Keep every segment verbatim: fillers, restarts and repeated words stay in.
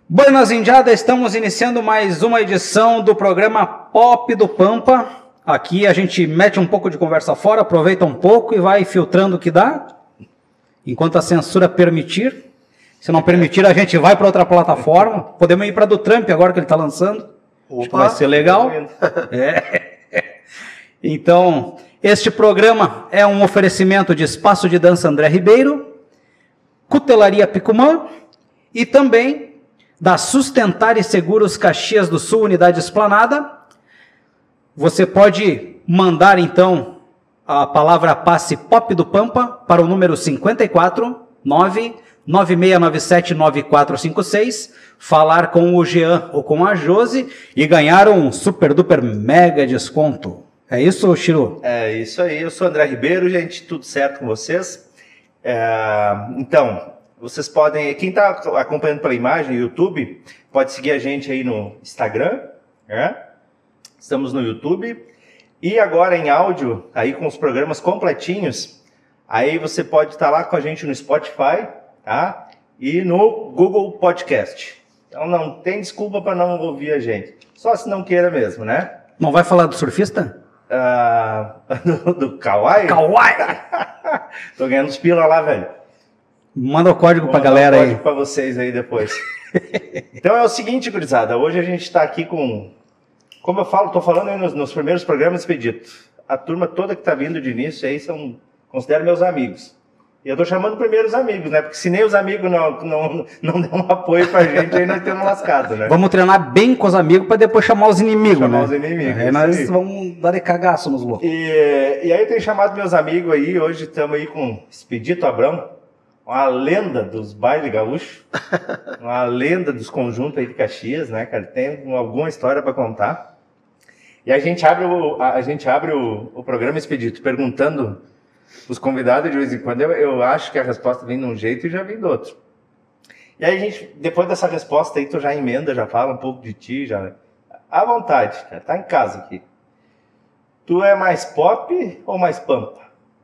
Buenas Indiada, estamos iniciando mais uma edição do programa Pop do Pampa. Aqui a gente mete um pouco de conversa fora, aproveita um pouco e vai filtrando o que dá, enquanto a censura permitir. Se não permitir, a gente vai para outra plataforma. Podemos ir para a do Trump agora que ele está lançando. Opa, acho que vai ser legal. É. Então, este programa é um oferecimento de Espaço de Dança André Ribeiro, Cutelaria Picumã e também da Sustentar e Seguros Caxias do Sul, Unidade Esplanada. Você pode mandar, então, a palavra passe Pop do Pampa para o número cinco quatro nove nove seis nove sete nove quatro cinco seis, falar com o Jean ou com a Josi e ganhar um super duper mega desconto. É isso, Chiru? É isso aí, eu sou André Ribeiro, gente, tudo certo com vocês? É, então... Vocês podem, quem está acompanhando pela imagem, YouTube, pode seguir a gente aí no Instagram, né? Estamos no YouTube. E agora em áudio, aí com os programas completinhos, aí você pode estar lá com a gente no Spotify, tá? E no Google Podcast. Então não tem desculpa para não ouvir a gente. Só se não queira mesmo, né? Não vai falar do surfista? Uh, do, do Kawaii? Kawaii! Tô ganhando os pila lá, velho. Manda o código para a galera aí. Manda o código para vocês aí depois. Então é o seguinte, gurizada. Hoje a gente está aqui com... Como eu falo, estou falando aí nos, nos primeiros programas Expedito. A turma toda que está vindo de início aí são... Considero meus amigos. E eu estou chamando primeiro os amigos, né? Porque se nem os amigos não, não, não dão um apoio para a gente, aí nós temos lascado, né? Vamos treinar bem com os amigos para depois chamar os inimigos, chamar né? os inimigos. Aí nós aí. vamos dar de cagaço nos loucos. E, e aí eu tenho chamado meus amigos aí. Hoje estamos aí com Expedito Abrão. Uma lenda dos bailes gaúchos, uma lenda dos conjuntos aí de Caxias, né, cara? Tem alguma história para contar. E a gente abre o, a, a gente abre o, o programa Expedito perguntando os convidados de vez em quando. Eu, eu acho que a resposta vem de um jeito e já vem do outro. E aí a gente, depois dessa resposta aí, tu já emenda, já fala um pouco de ti, já... À vontade, cara, tá em casa aqui. Tu é mais pop ou mais pampa?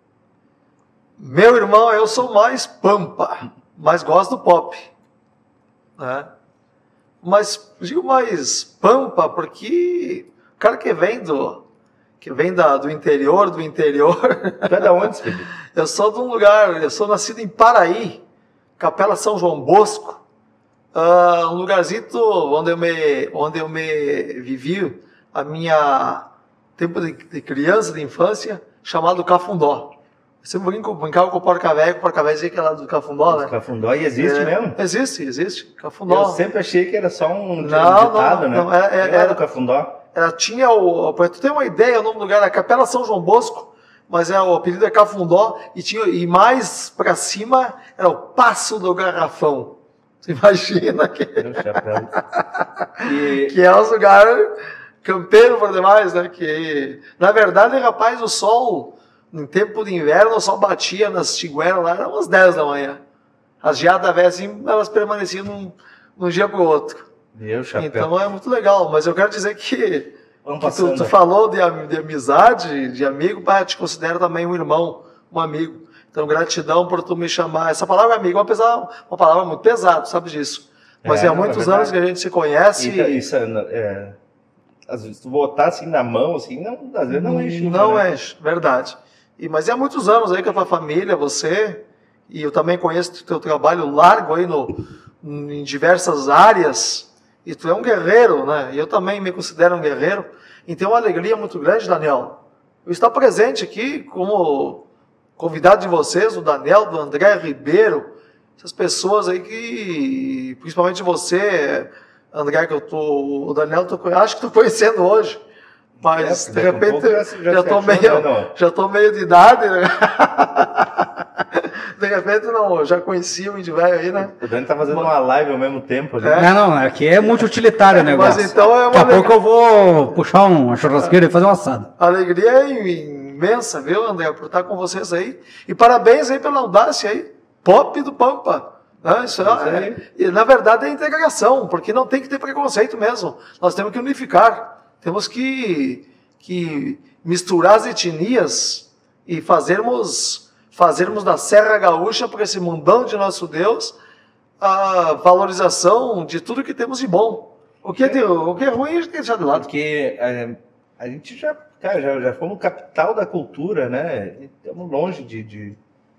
Meu irmão, eu sou mais pampa, mas gosto do pop, né? Mas digo mais pampa porque o cara que vem do que vem da, do interior, do interior. Tu é da onde, filho? Eu sou de um lugar, eu sou nascido em Paraí, Capela São João Bosco, uh, um lugarzinho onde eu me onde eu me vivi a minha tempo de, de criança, de infância, chamado Cafundó. Você brincava com o porca-véia, com o porca-véia dizia que era do Cafundó, né? Cafundó, e existe é, mesmo? Existe, existe. Cafundó. Eu sempre achei que era só um não, ditado, não, né? Não, era, era, era do Cafundó. Era, tinha o... Para tu ter uma ideia, o nome do lugar era Capela São João Bosco, mas é, o apelido é Cafundó, e, tinha, e mais pra cima era o Passo do Garrafão. Você imagina que... e... que é um lugar campeiro por demais, né? Que, na verdade, rapaz, o sol... No tempo de inverno, o sol batia nas tigueras lá, eram umas dez da manhã. As geadas velhas, assim, elas permaneciam num, num dia para o outro. Meu chapéu. Então é muito legal, mas eu quero dizer que, que tu, tu falou de, de amizade, de amigo, pá, eu te considero também um irmão, um amigo. Então gratidão por tu me chamar. Essa palavra amigo é uma, pesada, uma palavra muito pesada, sabe disso. Mas é, há muitos é anos que a gente se conhece. E, isso é... é... Às vezes, tu botar assim na mão, assim, não, às vezes não enche. Não né? enche, verdade. E, mas há muitos anos aí que a tua família, você, e eu também conheço o teu trabalho largo aí no, em diversas áreas, e tu é um guerreiro, né? E eu também me considero um guerreiro. Então é uma alegria muito grande, Daniel, eu estar presente aqui como convidado de vocês, o Daniel, do André Ribeiro, essas pessoas aí que, principalmente você, André, que eu tô, o Daniel, tô, acho que estou conhecendo hoje. Mas, é, de repente, um já, já, tô meio, já tô meio de idade, né? De repente, não, já conheci o Índio Velho aí, né? O Dani tá fazendo Mas, uma live ao mesmo tempo. Ali. É. Não, não, aqui é multi-utilitário o negócio. Mas então é uma Daqui a pouco eu vou puxar uma churrasqueira e fazer um assado. A alegria é imensa, viu, André, por estar com vocês aí. E parabéns aí pela audácia aí. Pop do Pampa. Né? Isso é, é, na verdade, é integração, porque não tem que ter preconceito mesmo. Nós temos que unificar. Temos que, que misturar as etnias e fazermos, fazermos da Serra Gaúcha, para esse mundão de nosso Deus, a valorização de tudo que temos de bom. O que é, de, o que é ruim a gente tem que deixar de lado. Porque é, a gente já, cara, já, já fomos capital da cultura, né? Estamos longe de, de,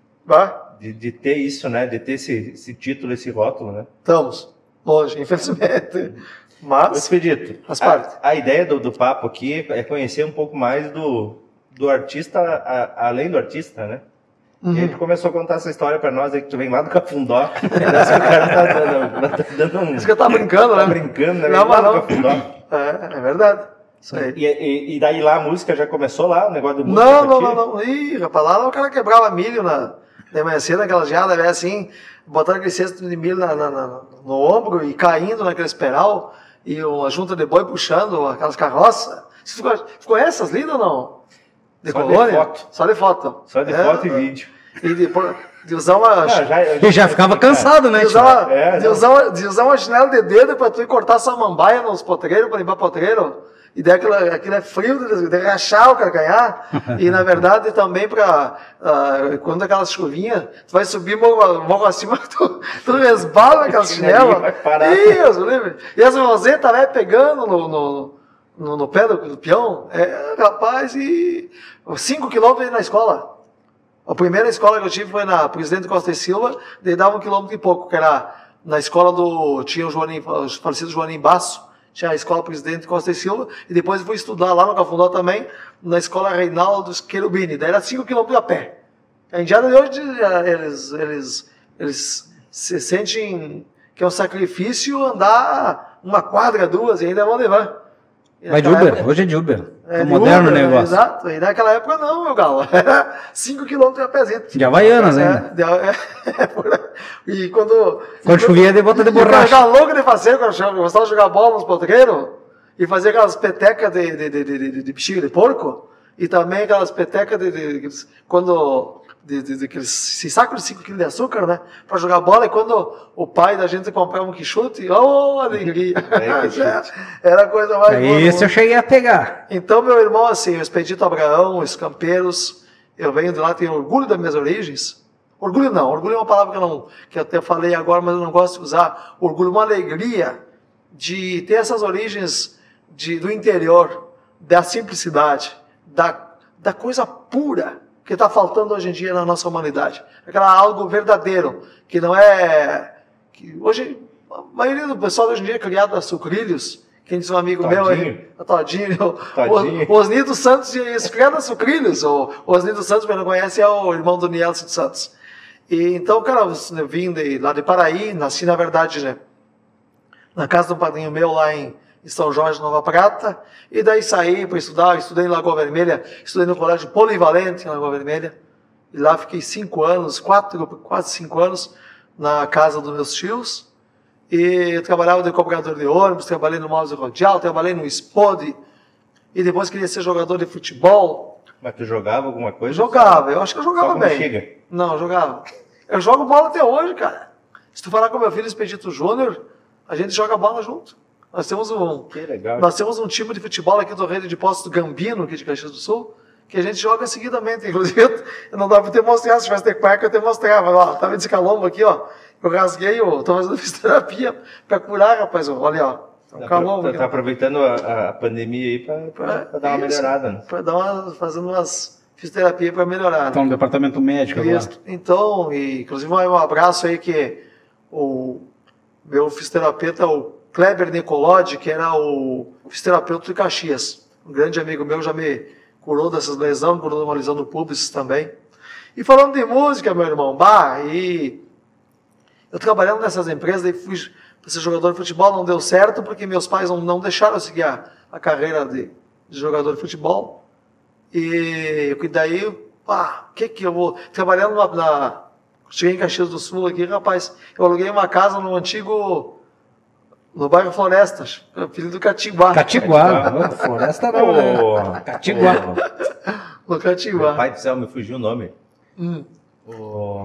Vai? de, de ter isso, né? De ter esse, esse título, esse rótulo, né? Estamos longe, infelizmente. Ô, Mas, Expedito, faz parte. a, a ideia do, do papo aqui é conhecer um pouco mais do, do artista, a, além do artista, né? Uhum. E a gente começou a contar essa história pra nós aí, que tu vem lá do Cafundó. Parece que o cara tá dando, tá dando um... Isso que eu tava brincando, Tá né? brincando, né? Não, Vem lá mas do não. Cafundó. É, é verdade. Isso aí. E, e, e daí lá a música já começou lá, o negócio do música Não, pra não, ti? não, não. Ih, rapaz, lá o cara quebrava milho na, de manhã cedo, naquela geada, velho, assim, botando aquele cesto de milho na, na, na, no ombro e caindo naquele esperal, e uma junta de boi puxando aquelas carroças. Você conhece essas lindas ou não? De Só de colônia? foto. Só de foto. Só de É, foto e vídeo. E de, de usar uma... Não, já, eu E já ficava cansado, né? De tio? usar, uma, É, de, não. usar uma, de usar uma chinela de dedo pra tu ir cortar samambaia nos potreiros, pra limpar potreiro. E daí aquilo, aquilo é frio de, de rachar o calcanhar. E na verdade também pra. Uh, quando aquelas chuvinhas, tu vai subir morro, morro acima, tu, tu resbala naquela chinela. Vai parar. Isso, lembra? E as rosetas vai pegando no, no, no, no pé do, do peão. É, rapaz, e cinco quilômetros aí na escola. A primeira escola que eu tive foi na Presidente Costa e Silva, daí dava um quilômetro e pouco, que era na escola do... Tinha o, Joanim, o falecido Joanim Basso, tinha a escola Presidente Costa e Silva, e depois eu fui estudar lá no Cafundó também, na escola Reinaldo Cherubini, daí era cinco quilômetros a pé. A indiada de hoje, eles, eles, eles se sentem que é um sacrifício andar uma quadra, duas, e ainda vão levar. E Vai de naquela Uber, época- hoje é de Uber. é, É de moderno o Uber, negócio. Exato, e naquela época não, meu galo. Era cinco quilômetros a pezinho. De Havaianas ainda. É, é, é, por aí. E quando. Quando chovia, de bota de E o cara borracha. ficava louco de fazer, quando eu gostava de jogar bola nos potreiros, e fazer aquelas petecas de, de, de, de, de, de bexiga de porco, e também aquelas petecas de, de, de quando. De, de, de aqueles sacos de cinco quilos de açúcar, né? Pra jogar bola, e quando o pai da gente comprava um quichute, oh, alegria! É, quichute. Era a coisa mais boa do Esse eu mundo. cheguei a pegar. Então, meu irmão, assim, o Expedito Abraão, os campeiros, eu venho de lá, tenho orgulho das minhas origens. Orgulho não, orgulho é uma palavra que eu, não, que eu até falei agora, mas eu não gosto de usar. Orgulho, uma alegria de ter essas origens de, do interior, da simplicidade, da, da coisa pura que está faltando hoje em dia na nossa humanidade. Aquela algo verdadeiro, que não é... Que hoje, a maioria do pessoal hoje em dia é criado a sucrilhos. Quem diz um amigo meu aí, Todinho, Todinho. o Osnildo Santos, isso, criado a sucrilhos. O Osnildo Santos, para quem não conhece, é o irmão do Nielsen Santos. E, então, cara, eu vim de, lá de Paraí, nasci, na verdade, né, na casa de um padrinho meu lá em, em São Jorge, Nova Prata, e daí saí para estudar, estudei em Lagoa Vermelha, estudei no colégio polivalente em Lagoa Vermelha, e lá fiquei cinco anos, quatro, quase cinco anos, na casa dos meus tios, e eu trabalhava de cobrador de ônibus, trabalhei no Mouse Rodial, trabalhei no Spode, e depois queria ser jogador de futebol. Mas tu jogava alguma Eu coisa? jogava, eu acho que eu jogava Só com bem. bexiga? Não, eu jogava. Eu jogo bola até hoje, cara. Se tu falar com meu filho Expedito Júnior, a gente joga bola junto. Nós temos um, Que legal. nós temos um time de futebol aqui do Rede de Postos Gambino, aqui de Caxias do Sul, que a gente joga seguidamente. Inclusive, eu não dá pra te mostrar, se tivesse ter cueca, eu te mostrava. Ó, tá vendo esse calombo aqui, ó? Eu rasguei, eu tô fazendo fisioterapia pra curar, rapaz. Ó, olha, ó. Tá um Tá, calombo tá, aqui. tá aproveitando a, a pandemia aí pra, pra, pra dar uma Isso, melhorada, né? Pra dar uma, fazendo umas fisioterapia pra melhorar. né? Então, no departamento médico agora. Isso. Então, e, inclusive um abraço aí que o meu fisioterapeuta, o Kleber Nicolodi, que era o fisioterapeuta de Caxias, um grande amigo meu, já me curou dessas lesões, curou de uma lesão do púbis também. E falando de música, meu irmão, bah, e eu trabalhando nessas empresas, daí fui para ser jogador de futebol, não deu certo, porque meus pais não, não deixaram eu seguir a, a carreira de, de jogador de futebol. E daí, pá, o que que eu vou... Trabalhando na, na... Cheguei em Caxias do Sul aqui, rapaz, eu aluguei uma casa no antigo... No bairro Florestas, filho do Catiguá. Catiguá. Ô, Floresta não, né? Catiguá. No Catiguá. Meu pai do céu, me fugiu o nome. Hum. O...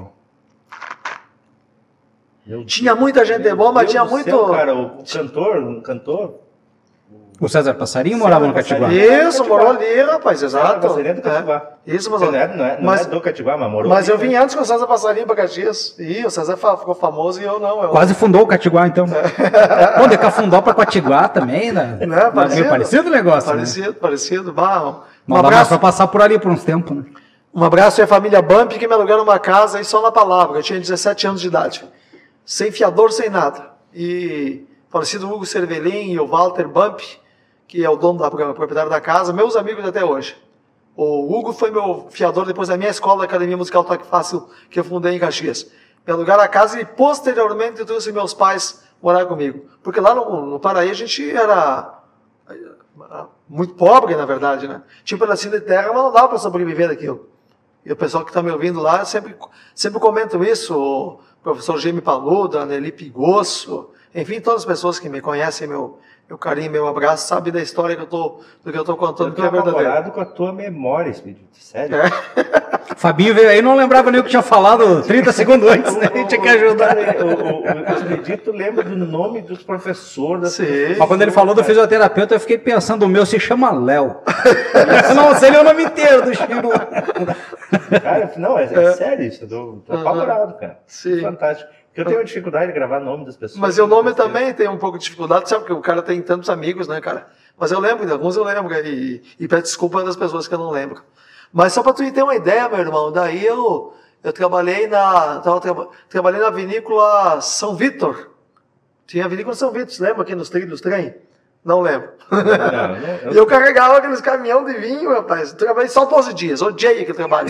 Meu Tinha muita gente Deus boa, mas Deus tinha do muito... céu, cara, o, o cantor, um cantor. O César Passarinho morava no Catiguá? Isso, morou ali, rapaz, exato. Passarinho do Catiguá. É. Isso, mas, não é, não é, não mas, é do Catiguá, mas morou Mas ali, eu vim né? antes com o César Passarinho para Caxias. E o César ficou famoso e eu não. Eu... Quase fundou o Catiguá, então. Bom, de Cafundó para Catiguá também, né? Não, é parecido, meio parecido o negócio, Parecido, né? parecido. Bah, um Não dá mais para passar por ali por uns tempos, né? Um abraço à família Bump, que me alugaram uma casa aí só na palavra. Eu tinha dezessete anos de idade. Sem fiador, sem nada. E falecido Hugo Cervelin e o Walter Bump, que é o dono da proprietário da casa, meus amigos até hoje. O Hugo foi meu fiador depois da minha escola, da Academia Musical Toque Fácil, que eu fundei em Caxias. Me alugaram a casa e posteriormente eu trouxe meus pais morar comigo. Porque lá no, no Paraí a gente era muito pobre, na verdade, né? Tinha um pedacinho de terra, mas não dava para sobreviver daquilo. E o pessoal que está me ouvindo lá, sempre, sempre comento isso, o professor Jaime Paluda, a Nelly Pigosso, enfim, todas as pessoas que me conhecem, meu, meu carinho, meu abraço, sabem da história que eu tô, do que eu estou contando, eu que é verdadeiro. Eu estou com a tua memória, Expedito, sério. É. Fabinho veio aí, não lembrava nem o que tinha falado trinta segundos antes, né? A gente tinha que ajudar. O, o, o Expedito lembra do nome dos professores. Sim. Mas quando ele falou do fisioterapeuta, eu fiquei pensando, o meu se chama Léo. Eu não sei nem o nome inteiro do Chico. Cara, não, é, é sério isso, eu tô, tô apavorado, cara. Sim. Fantástico. Porque eu tenho dificuldade de gravar o nome das pessoas. Mas o nome também tem um pouco de dificuldade, sabe? Porque o cara tem tantos amigos, né, cara? Mas eu lembro de alguns, eu lembro, e, e peço desculpa das pessoas que eu não lembro. Mas só para tu ter uma ideia, meu irmão, daí eu, eu trabalhei na tava, tra, trabalhei na vinícola São Vitor. Tinha a vinícola São Vitor, lembra aqui nos trilhos do trem? Não lembro. Não, não, eu... E eu carregava aqueles caminhão de vinho, rapaz. Eu trabalhei só doze dias, odiei aquele trabalho.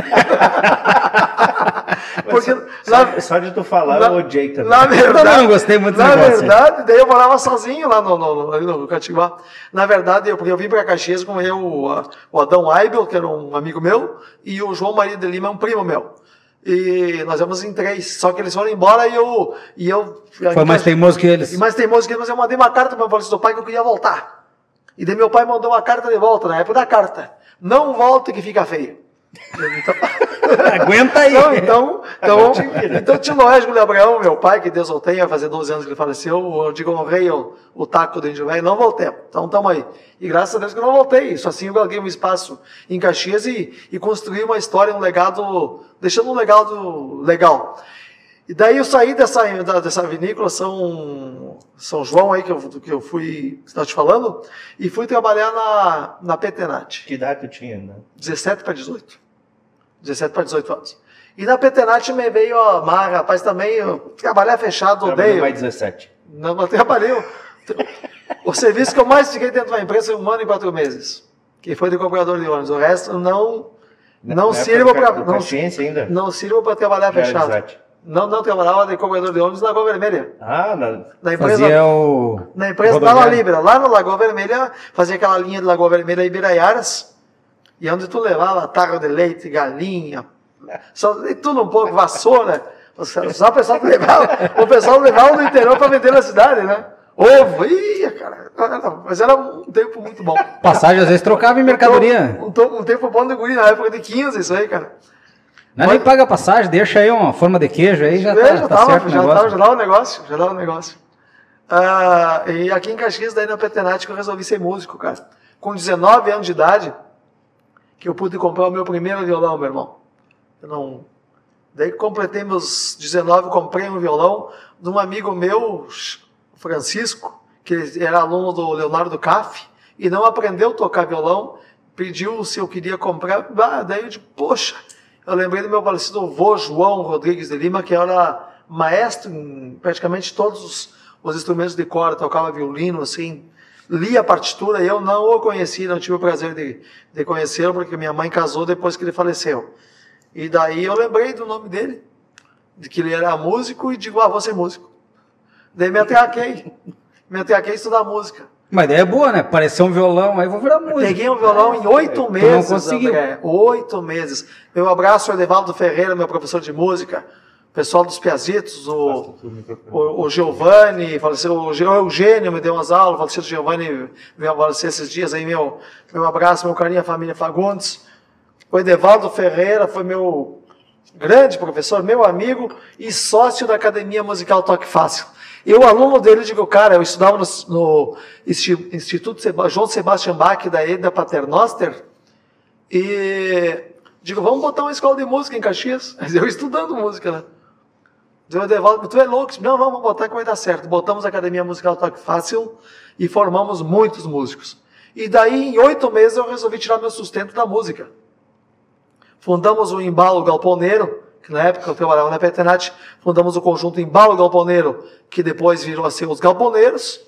Porque só, na, só de tu falar, na, eu odiei também. Na verdade, eu não gostei muito Na negócio. verdade, daí eu morava sozinho lá no, no, no, no Catiguá. Na verdade, eu, porque eu vim para Caxias com eu, o, o Adão Aibel, que era um amigo meu, e o João Maria de Lima, um primo meu. E nós éramos em três, só que eles foram embora e eu... E eu Foi mais teimoso que eles. E mais teimoso que eles, mas eu mandei uma carta para o falecido pai que eu queria voltar. E daí meu pai mandou uma carta de volta, na época da carta. Não volte que fica feio. Então... Aguenta aí. Não, então, então, então tinha o Noésio de Abraão, meu pai, que Deus o tenha, vai fazer doze anos que ele faleceu, eu digo, honrei o, o taco do índio velho, não voltei. Então estamos aí. E graças a Deus que eu não voltei. Isso assim eu galguei um espaço em Caxias e, e construí uma história, um legado, deixando um legado legal. E daí eu saí dessa, dessa vinícola São, São João aí, que eu, que eu fui, estou te falando, e fui trabalhar na, na Petenat. Que idade tu tinha, né? dezessete para dezoito. dezessete para dezoito anos. E na Petenat me veio a mar, rapaz, também, eu trabalhar fechado, odeio. mais dezessete. Não, mas trabalhei. O serviço que eu mais fiquei dentro da empresa foi um ano e quatro meses, que foi de cobrador de ônibus. O resto não, não sirvo para não, ainda? não sirvo para trabalhar Já fechado. Não, não trabalhava de cobrador de ônibus na Lagoa Vermelha. Ah, na, na empresa. Fazia o... Na empresa da La Libra. Lá na Lagoa Vermelha, fazia aquela linha de Lagoa Vermelha e Biraiaras. E onde tu levava tarro de leite, galinha, só, e tudo um pouco, vassoura. Só o pessoal levava, o pessoal levava no interior para vender na cidade, né? Ovo, ia, cara. Mas era um tempo muito bom. Passagem, às vezes, trocava em mercadoria. Um, um, um tempo bom de guri, na época de quinze, isso aí, cara. Não é nem paga passagem, deixa aí uma forma de queijo aí, já, é, tá, já tá tava, certo já o negócio. Tava, já dava o negócio, já dava o negócio. Ah, e aqui em Caxias, daí na Petenat, que eu resolvi ser músico, cara. Com dezenove anos de idade, que eu pude comprar o meu primeiro violão, meu irmão. Eu não... Daí que completei meus dezenove, comprei um violão de um amigo meu, Francisco, que era aluno do Leonardo Caff, e não aprendeu a tocar violão, pediu se eu queria comprar, ah, daí eu disse, poxa, eu lembrei do meu falecido avô João Rodrigues de Lima, que era maestro em praticamente todos os, os instrumentos de corda, tocava violino, assim, lia a partitura, eu não o conheci, não tive o prazer de, de conhecê-lo, porque minha mãe casou depois que ele faleceu. E daí eu lembrei do nome dele, de que ele era músico, e digo, ah, vou ser músico. Daí me atraquei, me atraquei a estudar música. Uma ideia boa, né? Pareceu um violão, aí vou virar músico. Peguei um violão em oito meses, não conseguiu. André, oito meses. Meu abraço ao Edevaldo Ferreira, meu professor de música, pessoal dos Piazitos, o, o, o Giovanni, faleceu, o Eugênio me deu umas aulas, faleceu o Giovanni, veio falecer esses dias aí, meu, meu abraço, meu carinho à família Fagundes. O Edevaldo Ferreira foi meu grande professor, meu amigo e sócio da Academia Musical Toque Fácil. E o aluno dele, digo, cara, eu estudava no, no Instituto Seba, João Sebastian Bach da Eda Paternoster, e digo, vamos botar uma escola de música em Caxias. Mas eu estudando música, né? Deu Edevaldo, tu é louco? Não, não, vamos botar que vai dar certo. Botamos a Academia Musical Toque Fácil e formamos muitos músicos. E daí, em oito meses, eu resolvi tirar meu sustento da música. Fundamos o Embalo Galponeiro, que na época eu trabalhava na Petenat, fundamos o conjunto Embalo Galponeiro, que depois virou a ser os Galponeiros.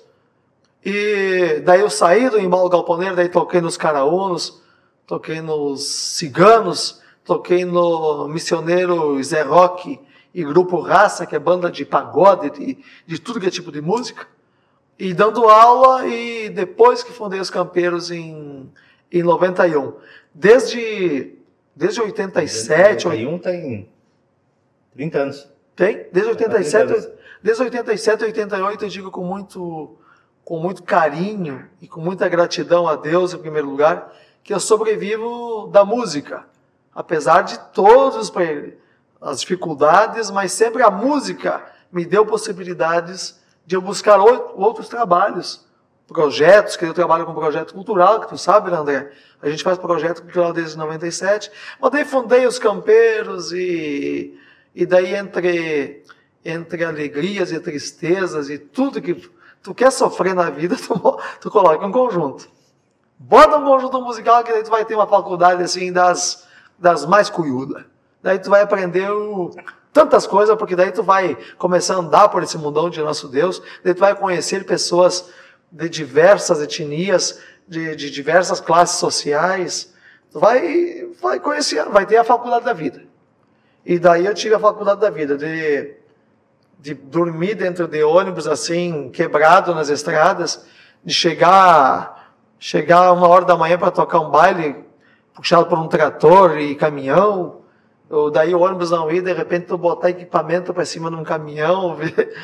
E daí eu saí do Embalo Galponeiro, daí toquei nos Caraúnos, toquei nos Ciganos, toquei no Missioneiro Zé Roque e Grupo Raça, que é banda de pagode, de, de tudo que é tipo de música. E dando aula, e depois que fundei os Campeiros em, em noventa e um. Desde, desde oitenta e sete... noventa e um tem trinta anos. Tem? Desde oitenta e sete, desde oitenta e sete, oitenta e oito, eu digo com muito, com muito carinho e com muita gratidão a Deus, em primeiro lugar, que eu sobrevivo da música. Apesar de todas as dificuldades, mas sempre a música me deu possibilidades de eu buscar outros trabalhos, projetos, que eu trabalho com projeto cultural, que tu sabe, né, André? A gente faz projeto cultural desde noventa e sete, mas daí fundei os Campeiros e, e daí entre, entre alegrias e tristezas e tudo que tu quer sofrer na vida, tu, tu coloca um conjunto. Bota um conjunto musical que daí tu vai ter uma faculdade assim das, das mais cunhudas. Daí tu vai aprender o, tantas coisas, porque daí tu vai começar a andar por esse mundão de nosso Deus, daí tu vai conhecer pessoas de diversas etnias, de, de diversas classes sociais, tu vai, vai conhecer, vai ter a faculdade da vida. E daí eu tive a faculdade da vida, de, de dormir dentro de ônibus assim, quebrado nas estradas, de chegar, chegar uma hora da manhã para tocar um baile, puxado por um trator e caminhão, ou daí o ônibus não ia, de repente tu botar equipamento para cima num caminhão,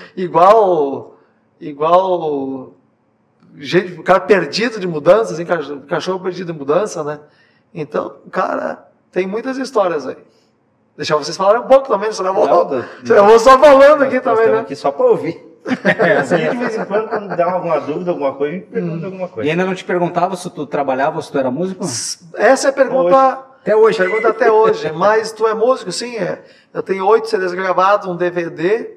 igual, igual gente, cara perdido de mudança, assim, cachorro perdido de mudança, né? Então, cara, tem muitas histórias aí. Deixar vocês falarem um pouco também, senão eu vou, não, não, eu vou só falando aqui também, né? Aqui só para ouvir. É, assim, de vez em quando, quando dá alguma dúvida, alguma coisa, a gente pergunta hum. alguma coisa. E ainda não te perguntava se tu trabalhava ou se tu era músico? Essa é a pergunta... Até hoje. Pergunta até hoje. Mas tu é músico? Sim, é. Eu tenho oito C Ds gravados, um D V D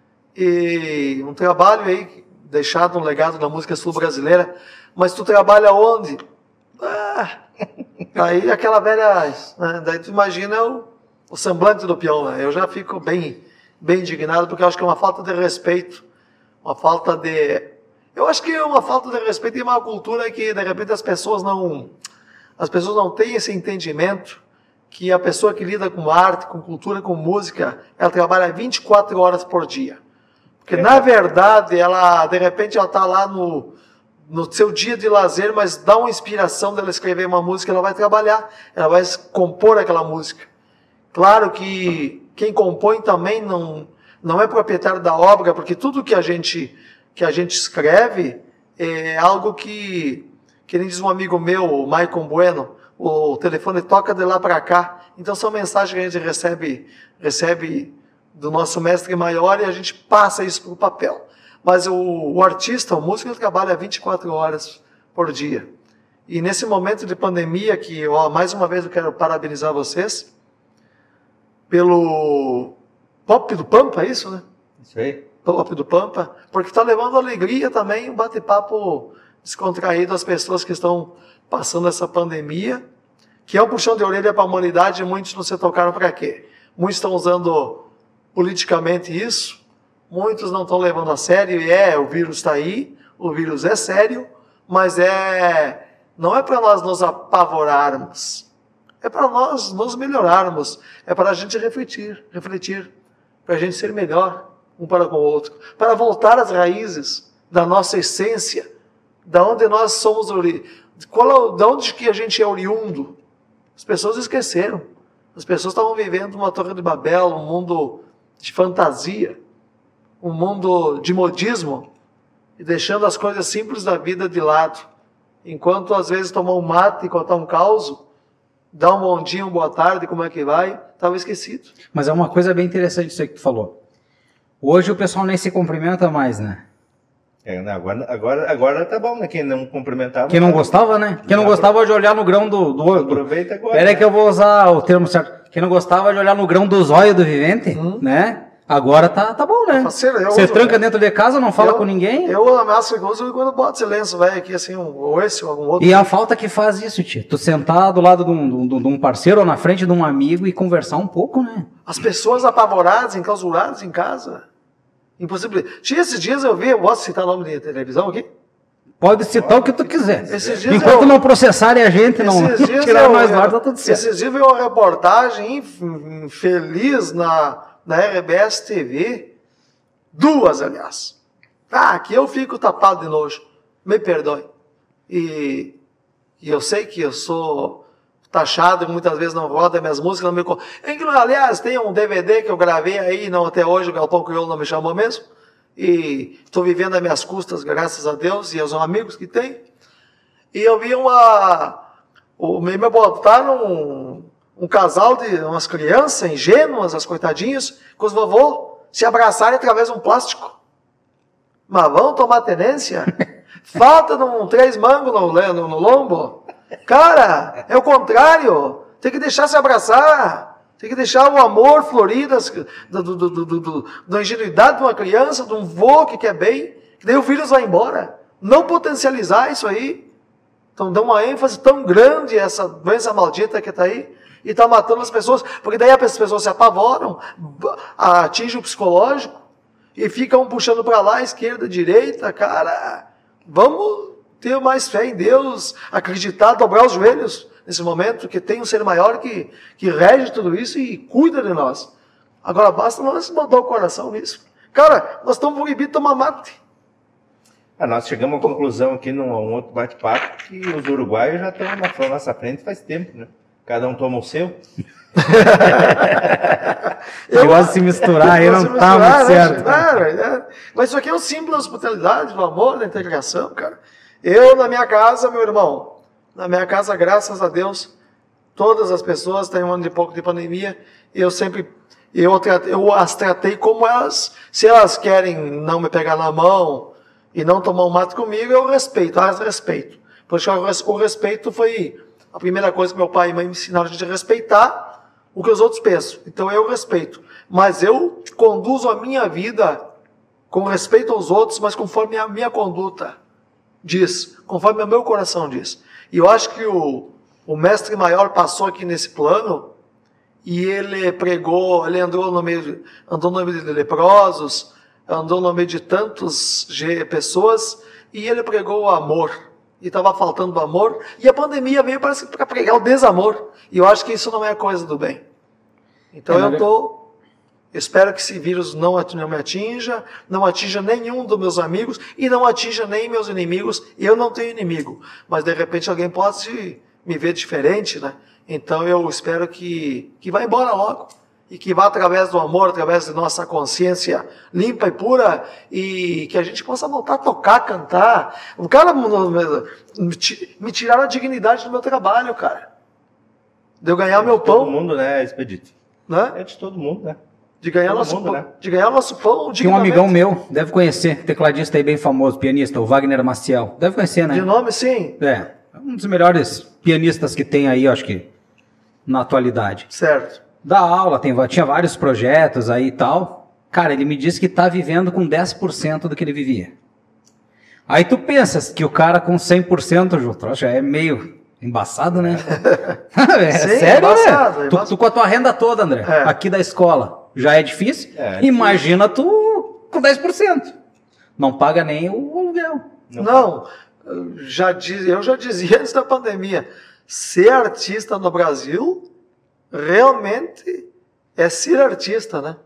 e um trabalho aí, deixado um legado na música sul-brasileira. Mas tu trabalha onde? Ah, aí aquela velha... Né? Daí tu imagina o, o semblante do peão. Né? Eu já fico bem, bem indignado, porque eu acho que é uma falta de respeito, uma falta de... Eu acho que é uma falta de respeito e uma cultura que, de repente, as pessoas não... As pessoas não têm esse entendimento que a pessoa que lida com arte, com cultura, com música, ela trabalha vinte e quatro horas por dia. Porque, é. na verdade, ela, de repente, ela está lá no, no seu dia de lazer, mas dá uma inspiração dela escrever uma música, ela vai trabalhar, ela vai compor aquela música. Claro que quem compõe também não, não é proprietário da obra, porque tudo que a gente, que a gente escreve é algo que... Que nem diz um amigo meu, o Maicon Bueno, o telefone toca de lá para cá. Então são mensagens que a gente recebe, recebe do nosso mestre maior e a gente passa isso para o papel. Mas o, o artista, o músico, ele trabalha vinte e quatro horas por dia. E nesse momento de pandemia, que ó, mais uma vez eu quero parabenizar vocês pelo Pop do Pampa, é isso, né? Isso aí. Pop do Pampa, porque está levando alegria também, um bate-papo descontraído às pessoas que estão passando essa pandemia, que é um puxão de orelha para a humanidade, e muitos não se tocaram para quê? Muitos estão usando politicamente isso, muitos não estão levando a sério, e é, o vírus está aí, o vírus é sério, mas é, não é para nós nos apavorarmos, é para nós nos melhorarmos, é para a gente refletir, refletir, para a gente ser melhor um para com o outro, para voltar às raízes da nossa essência, da onde nós somos, qual, da onde que a gente é oriundo. As pessoas esqueceram. As pessoas estavam vivendo uma Torre de Babel, um mundo de fantasia, um mundo de modismo, e deixando as coisas simples da vida de lado. Enquanto às vezes tomar um mate e contar um caos, dar um bom dia, uma boa tarde, como é que vai, estava esquecido. Mas é uma coisa bem interessante isso aí que tu falou. Hoje o pessoal nem se cumprimenta mais, né? É, não, agora, agora, agora tá bom, né? Quem não cumprimentava... Quem não gostava, né? Quem não gostava de olhar no grão do... do, do... Aproveita agora. Pera aí né? que eu vou usar o termo certo. Quem não gostava de olhar no grão do zóio do vivente, Hum. né? Agora tá, tá bom, né? Faceiro, eu Você uso, tranca né? dentro de casa, não fala Eu- com ninguém. Eu ameaço que uso quando boto silêncio, velho, aqui assim, um- ou esse ou algum outro. E a falta que faz isso, tio. Tu sentar do lado de um, de um- de um parceiro ou na frente de um amigo e conversar um pouco, né? As pessoas apavoradas, enclausuradas em casa. Impossível. Tinha esses dias eu vi, eu posso citar o nome de televisão aqui? Pode citar o que tu quiser. Esses dias Enquanto eu- não processarem a gente, não Esses dias tirar eu- nós eu- lá, tá tudo certo. Esses dias veio uma reportagem inf- infeliz na, na R B S T V. Duas, aliás. Ah, que eu fico tapado de nojo. Me perdoe. E, e eu sei que eu sou taxado e muitas vezes não roda minhas músicas. Não me... co- Aliás, tem um D V D que eu gravei aí, não até hoje, o Galpão Crioulo não me chamou mesmo. E estou vivendo as minhas custas, graças a Deus, e aos amigos que tem. E eu vi uma... O, me me botaram um, um casal de umas crianças ingênuas, as coitadinhas, com os vovô, se abraçarem através de um plástico. Mas vão tomar tenência? Falta de um três mangos no, no, no lombo? Cara, é o contrário. Tem que deixar se abraçar. Tem que deixar o amor florido das- do, do, do, do, do- da ingenuidade de uma criança, de um vô que quer bem, que daí o vírus vai embora. Não potencializar isso aí. Então dá uma ênfase tão grande a essa doença maldita que está aí e está matando as pessoas, porque daí as pessoas se apavoram, b- atingem o psicológico e ficam puxando para lá, esquerda, direita, cara. Vamos ter mais fé em Deus, acreditar, dobrar os joelhos nesse momento, que tem um ser maior que, que rege tudo isso e cuida de nós. Agora basta nós botar o coração nisso. Cara, nós estamos proibidos de tomar mate. Ah, nós chegamos à conclusão aqui num um outro bate-papo que os uruguaios já estão na nossa frente faz tempo, né? Cada um toma o seu. Eu gosto de se misturar aí, não tá muito certo. Cara, é. Mas isso aqui é um símbolo da hospitalidade, do amor, da integração, cara. Eu, na minha casa, meu irmão, na minha casa, graças a Deus, todas as pessoas têm um ano de pouco de pandemia, e eu sempre, eu, tratei- eu as tratei como elas, se elas querem não me pegar na mão e não tomar um mato comigo, eu respeito, as respeito. Porque o res- o respeito foi a primeira coisa que meu pai e mãe me ensinaram, a gente respeitar o que os outros pensam. Então eu respeito. Mas eu conduzo a minha vida com respeito aos outros, mas conforme a minha conduta diz, conforme o meu coração diz. E eu acho que o, o mestre maior passou aqui nesse plano e ele pregou, ele andou no meio de, andou no meio de leprosos, andou no meio de tantas pessoas e ele pregou o amor. E estava faltando amor, e a pandemia veio para pregar o desamor. E eu acho que isso não é coisa do bem. Então É, eu mas- tô, espero que esse vírus não, ati- não me atinja, não atinja nenhum dos meus amigos, e não atinja nem meus inimigos. Eu não tenho inimigo, mas de repente alguém pode me ver diferente, né? Então eu espero que, que vá embora logo. E que vá através do amor, através de nossa consciência limpa e pura, e que a gente possa voltar a tocar, cantar. O cara me, ti- me tiraram a dignidade do meu trabalho, cara. De eu ganhar meu De todo pão, mundo, né, Expedito? né? É de todo mundo, né? De ganhar todo nosso mundo, pão, né? de ganhar nosso pão Tinha um dignamente. amigão meu, deve conhecer, tecladista aí bem famoso, pianista, o Wagner Maciel. Deve conhecer, né? De nome, sim. É, um dos melhores pianistas que tem aí, eu acho que, na atualidade. Certo. Dá aula, tem, va- tinha vários projetos aí e tal. Cara, ele me disse que tá vivendo com dez por cento do que ele vivia. Aí tu pensas que o cara com cem por cento, Ju, troço, já é meio embaçado, né? é Sim, sério, embaçado, né? é Tu, embaçado. tu com a tua renda toda, André, É. aqui da escola, já é difícil? É, é Imagina tu com dez por cento. Não paga nem o aluguel. Não. Não, eu já diz, eu já dizia antes da pandemia, ser artista no Brasil realmente é ser artista, né?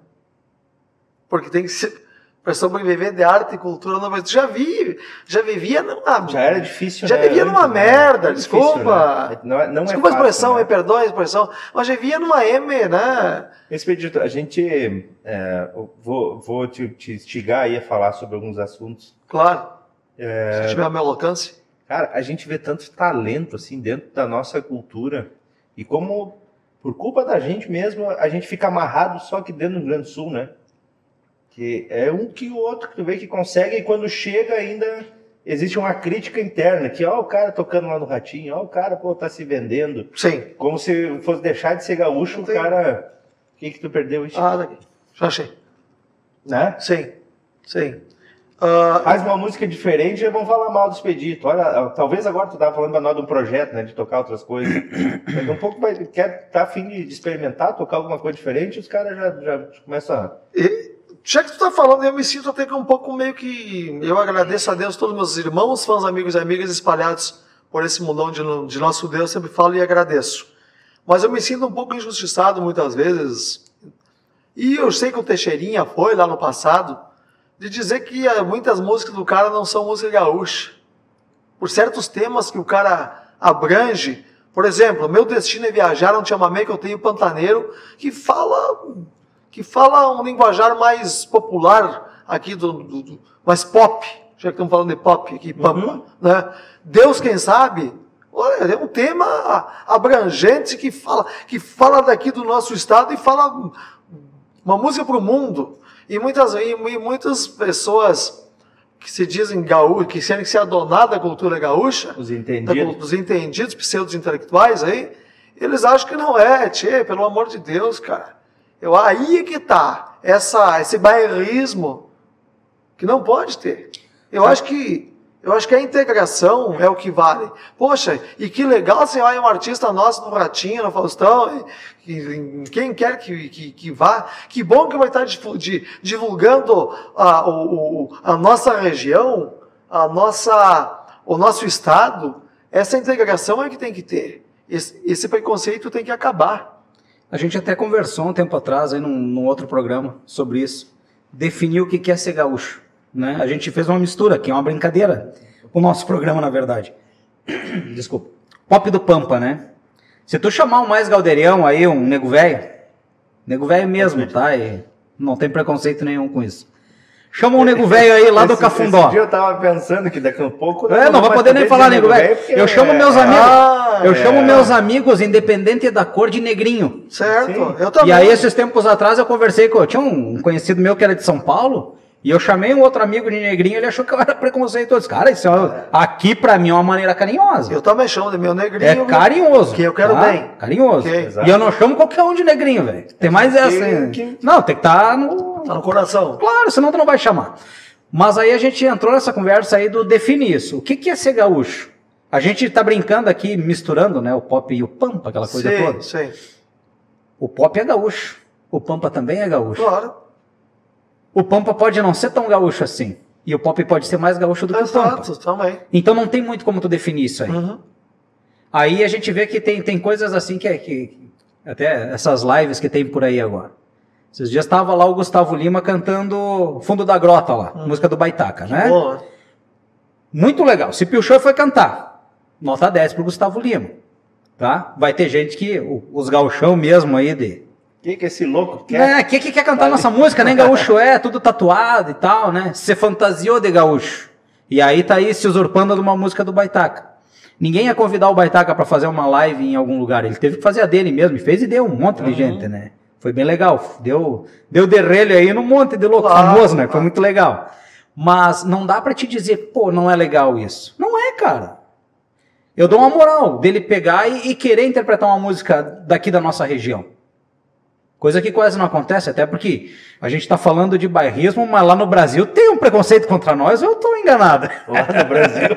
Porque tem que ser para sobreviver de arte e cultura no Brasil. Já vi, já vivia numa Já era difícil, Já né? vivia numa Antes, né? merda, É difícil, desculpa. né? Não, é- não Desculpa é a fácil, expressão, né? me perdoe a expressão, mas já vivia numa M, né? Expedito, a gente... é, eu vou vou te, te instigar aí a falar sobre alguns assuntos. Claro. É. Se tiver ao meu alcance. Cara, a gente vê tanto talento, assim, dentro da nossa cultura. E como, por culpa da gente mesmo, a gente fica amarrado só aqui dentro do Rio Grande do Sul, né? Que é um que o outro que tu vê que consegue, e quando chega ainda existe uma crítica interna, que ó o cara tocando lá no Ratinho, ó o cara, pô, tá se vendendo. Sim. Como se fosse deixar de ser gaúcho, o cara... O que que tu perdeu? Isso? Ah, daqui. Já achei. Né? Sim, sim. Uh, Faz uma música diferente e vão falar mal do Expedito. Olha, talvez agora tu tava falando pra nós de um projeto, né, de tocar outras coisas. Daqui um pouco vai, quer tá a fim de, de experimentar, tocar alguma coisa diferente, os caras já, já começam a... e, já que tu tá falando, eu me sinto até que um pouco meio que... Eu agradeço a Deus, todos meus irmãos, fãs, amigos e amigas espalhados por esse mundão de, de nosso Deus, sempre falo e agradeço. Mas eu me sinto um pouco injustiçado muitas vezes. E eu sei que o Teixeirinha foi lá no passado, de dizer que muitas músicas do cara não são música gaúcha. Por certos temas que o cara abrange. Por exemplo, Meu Destino é Viajar, é um chamamé que eu tenho pantaneiro, que fala, que fala um linguajar mais popular aqui, do, do, do mais pop, já que estamos falando de pop aqui, pampa. Uhum. Né? Deus, quem sabe, olha, é um tema abrangente que fala, que fala daqui do nosso estado e fala uma música para o mundo. E muitas, e muitas pessoas que se dizem gaúchos, que querem se adonar da cultura gaúcha, os entendidos, da, os entendidos, pseudos intelectuais aí, eles acham que não é, tchê, pelo amor de Deus, cara. Eu, aí é que tá, essa, esse bairrismo que não pode ter. Eu acho que Eu acho que a integração é o que vale. Poxa, e que legal você vai um artista nosso no Ratinho, no Faustão, e, e, quem quer que, que, que vá. Que bom que vai estar divulgando a, o, a nossa região, a nossa, o nosso estado. Essa integração é que tem que ter. Esse, esse preconceito tem que acabar. A gente até conversou um tempo atrás, aí, num, num outro programa, sobre isso. Definiu o que é ser gaúcho. Né? A gente fez uma mistura, que é uma brincadeira. O nosso programa, na verdade. Desculpa. Pop do Pampa, né? Se tu chamar um mais galderião aí, um nego velho, nego velho mesmo, tá? E não tem preconceito nenhum com isso. Chama um nego velho aí lá esse, do Cafundó. Esse dia eu tava pensando que daqui a pouco... É, não, não vai poder nem falar nego velho. Eu chamo é... meus amigos, ah, eu é. chamo meus amigos, independente da cor, de negrinho. Certo, Sim. eu também. E aí, esses tempos atrás, eu conversei com... Tinha um conhecido meu que era de São Paulo... E eu chamei um outro amigo de negrinho, ele achou que eu era preconceituoso. Cara, isso é, aqui pra mim é uma maneira carinhosa. Eu também chamo de meu negrinho. É carinhoso. Que eu quero tá? bem. Carinhoso. Okay. E eu não chamo qualquer um de negrinho, velho. Tem mais essa. Hein? Que... Não, tem que estar tá no... Tá no coração. Claro, senão tu não vai chamar. Mas aí a gente entrou nessa conversa aí do definir isso. O que, que é ser gaúcho? A gente tá brincando aqui, misturando, né, o pop e o pampa, aquela coisa sim, toda. Sim. O pop é gaúcho. O pampa também é gaúcho. Claro. O Pampa pode não ser tão gaúcho assim. E o pop pode ser mais gaúcho do que Exato, o Pampa. Também. Então não tem muito como tu definir isso aí. Uhum. Aí a gente vê que tem, tem coisas assim que, que... Até essas lives que tem por aí agora. Esses dias estava lá o Gustavo Lima cantando Fundo da Grota lá. Uhum. Música do Baitaca, né? Boa. Muito legal. Se Pilchou foi cantar. Nota dez pro Gustavo Lima. Tá? Vai ter gente que... Os gauchão mesmo aí de... O que, que esse louco quer? É, que que quer cantar nossa música, nem gaúcho é, tudo tatuado e tal, né? Se fantasiou de gaúcho. E aí tá aí se usurpando de uma música do Baitaca. Ninguém ia convidar o Baitaca pra fazer uma live em algum lugar, ele teve que fazer a dele mesmo, e fez e deu um monte de uhum. gente, né? Foi bem legal, deu, deu derrelho aí num monte de louco claro, famoso, né? Claro. Foi muito legal. Mas não dá pra te dizer, pô, não é legal isso. Não é, cara. Eu dou uma moral dele pegar e, e querer interpretar uma música daqui da nossa região. Coisa que quase não acontece, até porque a gente está falando de bairrismo, mas lá no Brasil tem um preconceito contra nós, eu estou enganado. Lá no Brasil?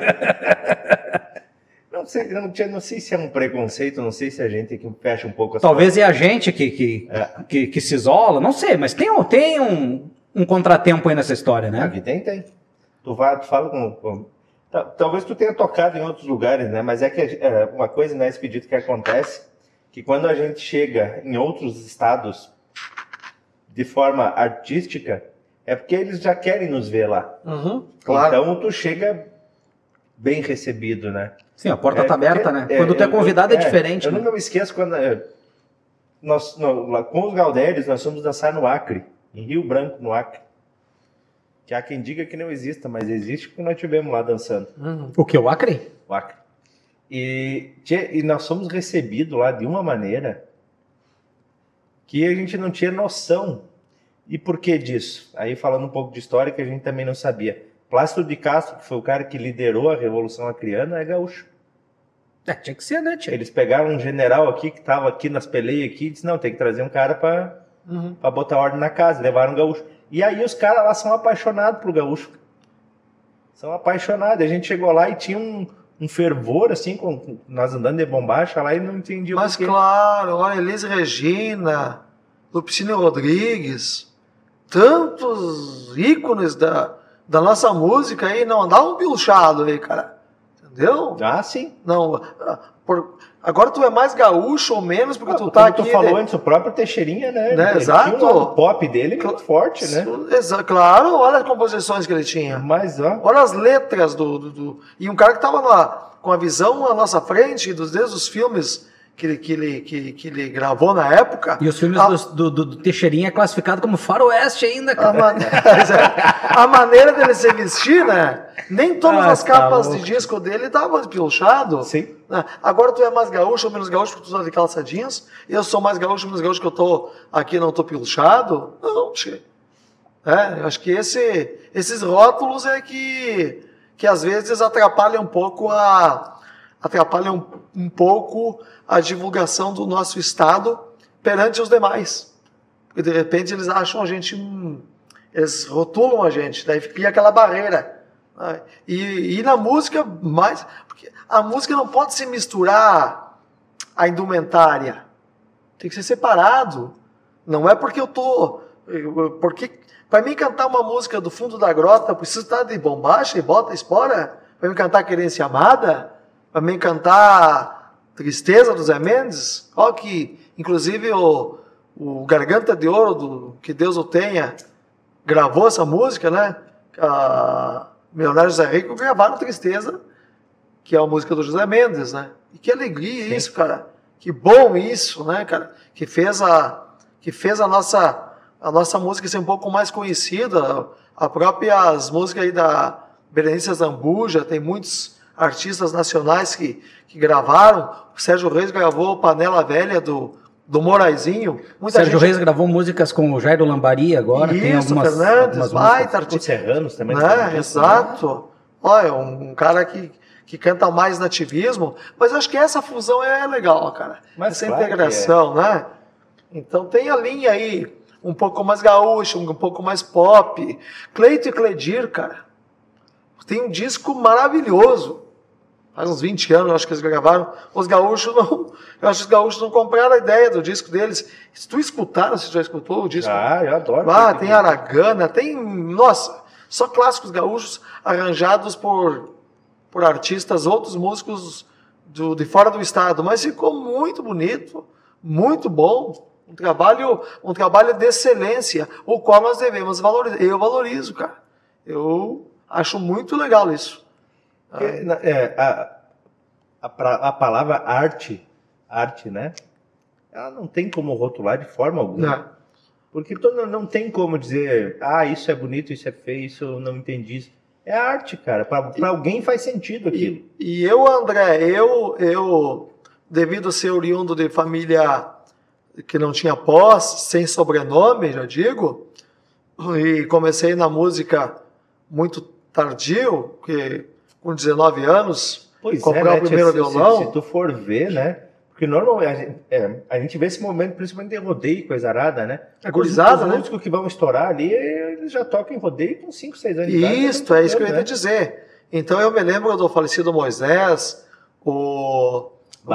não, sei, eu não, não sei se é um preconceito, não sei se a gente que fecha um pouco as Talvez portas. É a gente que, que, é. que, que se isola, não sei, mas tem, tem um, um contratempo aí nessa história, né? Aqui tem, tem. Tu, vai, tu fala com... com... Talvez tu tenha tocado em outros lugares, né? Mas é que é, uma coisa, né, esse pedido que acontece... que quando a gente chega em outros estados de forma artística, é porque eles já querem nos ver lá. Uhum, claro. Então tu chega bem recebido, né? Sim, a porta está é, aberta, né? É, quando tu é convidado eu, é, é diferente. Eu né? nunca me esqueço quando... Nós, no, com os Galdérios, nós fomos dançar no Acre, em Rio Branco, no Acre. Que há quem diga que não exista, mas existe porque nós estivemos lá dançando. Uhum. O que, o Acre? O Acre. E, e nós fomos recebidos lá de uma maneira que a gente não tinha noção. E por que disso? Aí falando um pouco de história que a gente também não sabia. Plácido de Castro, que foi o cara que liderou a Revolução Acreana, é gaúcho. É, tinha que ser, né, tia? Eles pegaram um general aqui que estava aqui nas peleias aqui e disse, não, tem que trazer um cara para uhum. botar ordem na casa. Levaram um gaúcho. E aí os caras lá são apaixonados por gaúcho. São apaixonados. A gente chegou lá e tinha um, um fervor, assim, com nós andando de bombacha lá e não entendia Mas por quê. Claro, olha, Elis Regina, Lupicínio Rodrigues, tantos ícones da, da nossa música aí, não dá um pilchado aí, cara. Entendeu? Ah, sim. Não, por, agora tu é mais gaúcho ou menos, porque ah, tu tá como aqui... tu falou né? antes, o próprio Teixeirinha, né? né? Ele Exato. tinha um lado pop dele muito forte, né? Exa claro, olha as composições que ele tinha. Mas, ó... Olha as letras do... do, do... E um cara que tava na, com a visão à nossa frente, dos, desde os filmes que ele, que, ele, que, que ele gravou na época... E os filmes a, do, do, do Teixeirinha é classificado como faroeste ainda, cara. A, man... a maneira dele se vestir, né? Nem todas ah, as capas tá de disco dele estavam pilchado. Sim. Agora tu é mais gaúcho ou menos gaúcho porque tu tá de calça jeans? Eu sou mais gaúcho ou menos gaúcho que eu tô aqui não tô pilchado? Não, che. É, acho que esse, esses rótulos é que, que às vezes atrapalham um pouco a atrapalham um, um pouco a divulgação do nosso estado perante os demais. Porque de repente eles acham a gente, hum, eles rotulam a gente, daí cria aquela barreira. E, e na música, mais, porque a música não pode se misturar à indumentária. Tem que ser separado. Não é porque eu tô... Porque para mim cantar uma música do fundo da grota, eu preciso estar de bombacha e bota espora? Para mim cantar Querência Amada? Para mim cantar Tristeza do Zé Mendes? Ó que, inclusive, o, o Garganta de Ouro, do Que Deus o Tenha, gravou essa música, né? A... Milionário José Rico gravaram Tristeza, que é a música do José Mendes, né? E que alegria Sim. isso, cara. Que bom isso, né, cara? Que fez a, que fez a nossa, a nossa música ser um pouco mais conhecida. A própria as músicas aí da Berenice Zambuja, tem muitos artistas nacionais que, que gravaram. O Sérgio Reis gravou Panela Velha do do Moraizinho. Muita Sérgio gente... Reis gravou músicas com o Jairo Lambari agora. Isso, tem algumas, Fernandes, baita artista. Serranos também. Né? Exato. Olha, um, um cara que, que canta mais nativismo, mas acho que essa fusão é legal, cara. Mas essa claro integração, é. né? Então tem a linha aí, um pouco mais gaúcho, um pouco mais pop. Cleito e Cledir, cara. Tem um disco maravilhoso. Faz uns vinte anos, eu acho que eles gravaram. Os gaúchos não... Eu acho que os gaúchos não compraram a ideia do disco deles. Se tu escutaram, se tu já escutou o disco... Ah, eu adoro. Ah, tem Aragana, tem... Nossa, só clássicos gaúchos arranjados por, por artistas, outros músicos do, de fora do estado. Mas ficou muito bonito, muito bom. Um trabalho, um trabalho de excelência, o qual nós devemos valorizar. Eu valorizo, cara. Eu acho muito legal isso. Porque, é, a, a, a palavra arte, arte, né? Ela não tem como rotular de forma alguma. Não. Porque tu não, não tem como dizer, ah, isso é bonito, isso é feio, isso eu não entendi isso. É arte, cara. Para alguém faz sentido aquilo. E, e eu, André, eu, eu, devido a ser oriundo de família que não tinha posse, sem sobrenome, já digo, e comecei na música muito tardio, que com dezenove anos, pois comprar é, né? o primeiro se, violão. Se, se tu for ver, né? Porque normalmente a gente, é, a gente vê esse momento principalmente de rodeio, coisa arada, né? É gurizada, os, né? Os músicos que vão estourar ali, eles já tocam em rodeio com cinco, seis anos de idade. Isso, é isso que eu ia te dizer. Então eu me lembro do falecido Moisés, o,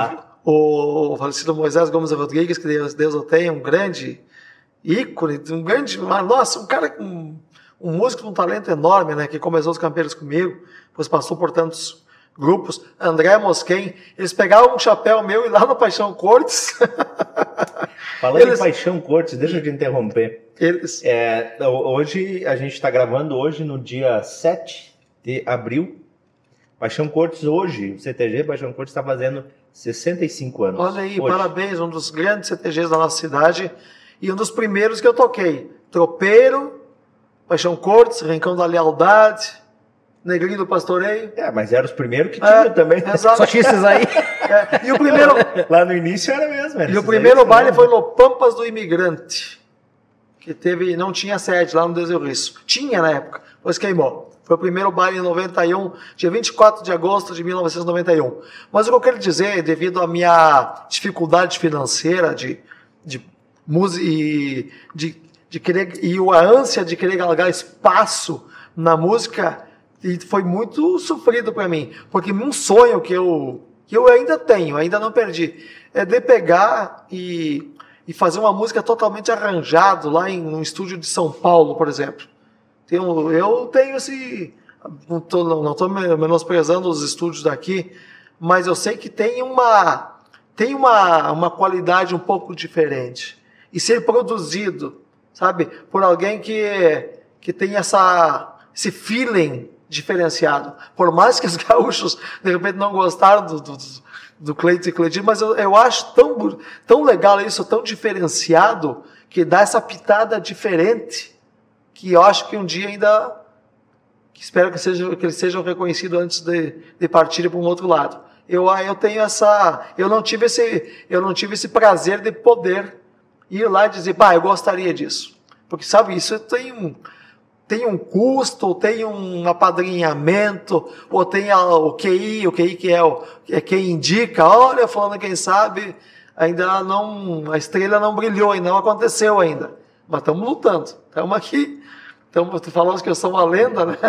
o, o falecido Moisés Gomes Rodrigues, que Deus, Deus o tenha, um grande ícone, um grande, nossa, um cara com um, um músico com um talento enorme, né? Que começou os campeiros comigo, depois passou por tantos grupos, André Mosquen, eles pegavam um chapéu meu e lá no Paixão Cortes. Falando eles... em Paixão Cortes, deixa eu te interromper. Eles... É, hoje, a gente está gravando hoje no dia sete de abril. Paixão Cortes hoje, o C T G Paixão Cortes está fazendo sessenta e cinco anos. Olha aí, hoje. Parabéns, um dos grandes C T Gs da nossa cidade e um dos primeiros que eu toquei. Tropeiro, Paixão Cortes, Rincão da Lealdade, Negrinho do Pastoreio. É, mas eram os primeiros que tinham é, também. Exato. Só tinha esses aí. É, e o primeiro... Lá no início era mesmo. Era e o primeiro baile foi no Pampas do Imigrante, que teve, não tinha sede lá no Deus e o Risso. Tinha na época, pois queimou. Foi o primeiro baile em noventa e um, dia vinte e quatro de agosto de mil novecentos e noventa e um. Mas o que eu quero dizer, devido à minha dificuldade financeira de, de música e de, de querer, e a ânsia de querer galgar espaço na música, e foi muito sofrido para mim, porque um sonho que eu, que eu ainda tenho, ainda não perdi, é de pegar e, e fazer uma música totalmente arranjado lá em um estúdio de São Paulo, por exemplo. Tenho, eu tenho esse... Não estou menosprezando os estúdios daqui, mas eu sei que tem uma, tem uma, uma qualidade um pouco diferente. E ser produzido, sabe, por alguém que, que tem essa, esse feeling diferenciado. Por mais que os gaúchos, de repente, não gostaram do, do, do Cleiton e Cleitinho, mas eu, eu acho tão, tão legal isso, tão diferenciado, que dá essa pitada diferente, que eu acho que um dia ainda, que espero que, seja, que eles sejam reconhecidos antes de, de partirem para um outro lado. Eu, eu tenho essa, eu não tive esse, eu não tive esse prazer de poder ir lá e dizer, pá, eu gostaria disso. Porque, sabe, isso tem um, tem um custo, tem um apadrinhamento, ou tem a, o Q I, o Q I que é, o, é quem indica, olha, falando quem sabe, ainda não, a estrela não brilhou, ainda não aconteceu ainda. Mas estamos lutando, estamos aqui. Então, tu falando que eu sou uma lenda, né?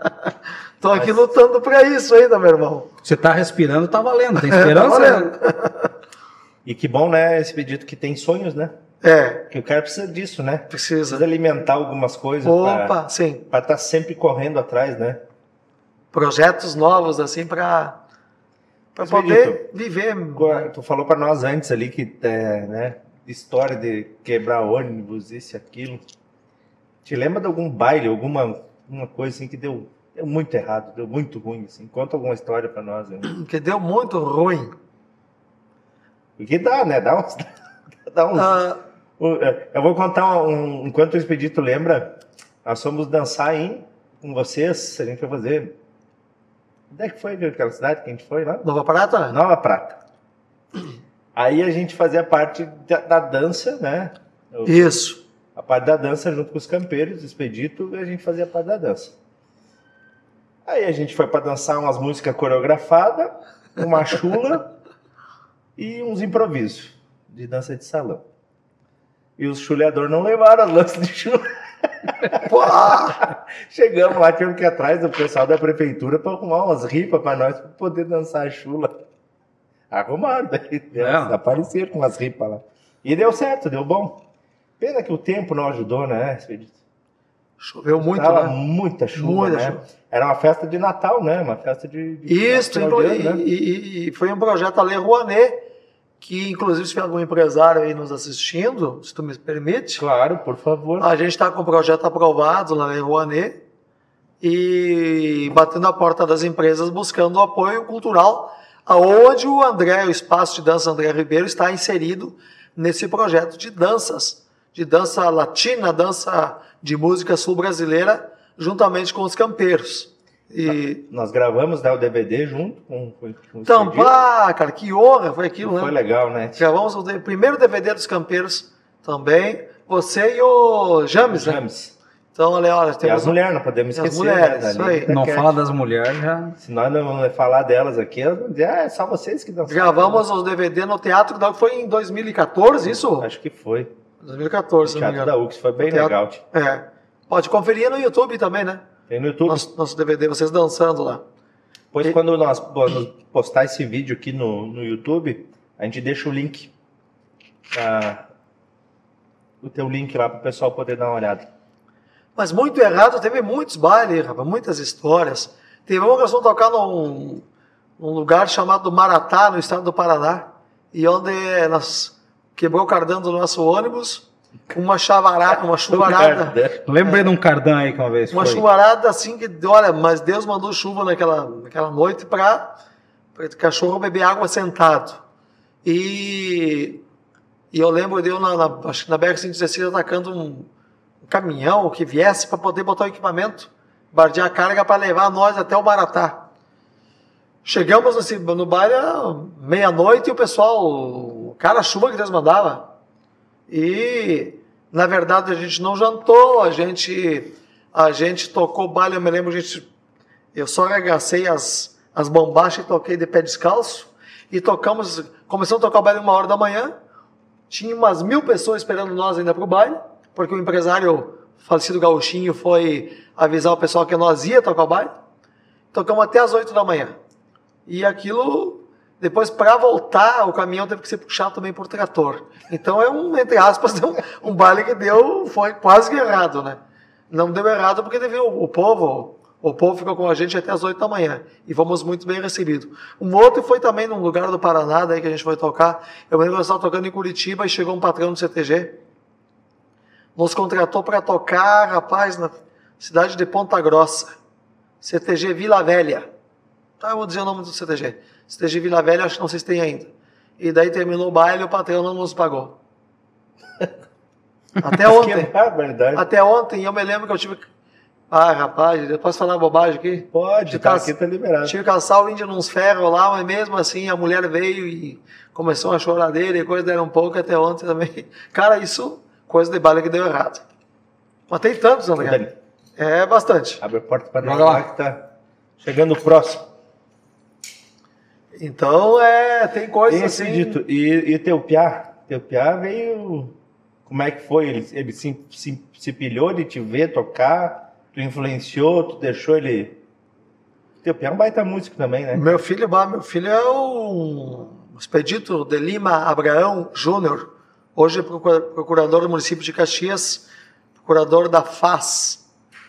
Estou aqui Mas... lutando para isso ainda, meu irmão. Você está respirando, está valendo, tem esperança? É, tá valendo. E que bom, né, esse pedido que tem sonhos, né? É. Que o cara precisa disso, né? Precisa. Precisa alimentar algumas coisas. Opa, pra, sim. Para estar tá sempre correndo atrás, né? Projetos novos, assim, para poder viver. Tu falou para nós antes ali que, é, né, história de quebrar ônibus, isso e aquilo. Te lembra de algum baile, alguma uma coisa assim que deu, deu muito errado, deu muito ruim, assim? Conta alguma história para nós. Né? Que deu muito ruim. Porque dá, né? Dá uns... dá uns ah, eu vou contar um... Enquanto o Expedito lembra, nós fomos dançar em, com vocês, a gente foi fazer... Onde é que foi aquela cidade que a gente foi lá? Nova Prata? Nova Prata. Aí a gente fazia parte da, da dança, né? Eu, Isso. A parte da dança junto com os campeiros, Expedito, e a gente fazia parte da dança. Aí a gente foi para dançar umas músicas coreografadas, uma chula e uns improvisos de dança de salão. E os chuleadores não levaram as lanças de chula. Chegamos lá, tivemos que ir atrás do pessoal da prefeitura para arrumar umas ripas para nós, para poder dançar a chula. Arrumaram, daí é. Apareceram com as ripas lá. E deu certo, deu bom. Pena que o tempo não ajudou, né, Expedito? Choveu muito, Tava né? muita chuva, muita né? chuva. Era uma festa de Natal, né? Uma festa de... de Isso, de ano, e, né? e, e foi um projeto a Lei Rouanet, que inclusive se tem algum empresário aí nos assistindo, se tu me permite. Claro, por favor. A gente está com o projeto aprovado na Lei Rouanet e batendo a porta das empresas buscando o apoio cultural, aonde o André, o Espaço de Dança André Ribeiro, está inserido nesse projeto de danças, de dança latina, dança de música sul-brasileira, juntamente com os campeiros. E... Nós gravamos, né, o D V D junto com, com, com o Então, pá, cara, que honra foi aquilo, né? Foi legal, né? Gravamos o primeiro D V D dos campeiros também, você e o James, o né? James. Então, olha, olha, temos... E as mulheres, não podemos esquecer. As mulheres, né? isso aí. Não fala das mulheres, já... Se nós não vamos falar delas aqui, elas vão dizer, ah, é só vocês que dançam. Gravamos os D V D no Teatro da U C, foi em dois mil e quatorze, isso? Acho que foi. dois mil e quatorze, o Teatro da U C, foi bem teatro... legal. É. Pode conferir no YouTube também, né? Tem no YouTube. Nosso, nosso D V D, vocês dançando lá. Pois e... quando nós postar esse vídeo aqui no, no YouTube, a gente deixa o link. Ah, o teu link lá para o pessoal poder dar uma olhada. Mas muito errado, teve muitos bailes, rapaz, muitas histórias. Teve uma que nós fomos tocar num, num lugar chamado Maratá, no estado do Paraná, e onde nós quebrou o cardan do nosso ônibus, uma chavarada, uma chuvarada. Lembrei é, de um cardan aí que uma vez Uma foi. chuvarada assim que, olha, mas Deus mandou chuva naquela, naquela noite para o cachorro beber água sentado. E, e eu lembro de eu na, na, acho que na B R cento e dezesseis atacando um caminhão que viesse para poder botar o equipamento, bardear a carga para levar nós até o Maratá. Chegamos nesse, no baile meia-noite e o pessoal, o cara, a chuva que Deus mandava. E Na verdade, a gente não jantou, a gente, a gente tocou baile, eu me lembro, a gente, eu só arregacei as, as bombachas e toquei de pé descalço, e tocamos, começamos a tocar o baile uma hora da manhã, tinha umas mil pessoas esperando nós ainda para o baile, porque o empresário falecido Gauchinho foi avisar o pessoal que nós ia tocar o baile, tocamos até as oito da manhã, e aquilo... Depois, para voltar, o caminhão teve que ser puxado também por trator. Então, é um, entre aspas, um, um baile que deu, foi quase errado, né? Não deu errado porque teve o, o povo, o povo ficou com a gente até as oito da manhã. E fomos muito bem recebidos. Um outro foi também num lugar do Paraná, daí que a gente foi tocar. Eu me lembro que eu estava tocando em Curitiba e chegou um patrão do C T G. Nos contratou para tocar, rapaz, na cidade de Ponta Grossa. C T G Vila Velha. Tá, eu vou dizer o nome do C T G. C T G Vila Velha, acho que não sei se tem ainda. E daí terminou o baile e o patrão não nos pagou. Até ontem. Que é verdade. Até ontem, eu me lembro que eu tive... Ah, rapaz, eu posso falar bobagem aqui? Pode, tá, aqui tá liberado. Tive que calçar o índio nos ferros lá, mas mesmo assim a mulher veio e começou a choradeira e coisa deram um pouco até ontem também. Cara, isso, coisa de baile que deu errado. Mas tem tantos, André. É bastante. Abre a porta para nós lá que tá chegando próximo. Então, é, tem coisas Esse assim... Dito, e, e teu piá? Teu piá veio... Como é que foi? Ele, ele se, se, se pilhou de te ver tocar? Tu influenciou? Tu deixou ele... Teu piá é um baita músico também, né? Meu filho, meu filho é o Expedito de Lima Abraão Júnior. Hoje é procurador do município de Caxias, procurador da F A S.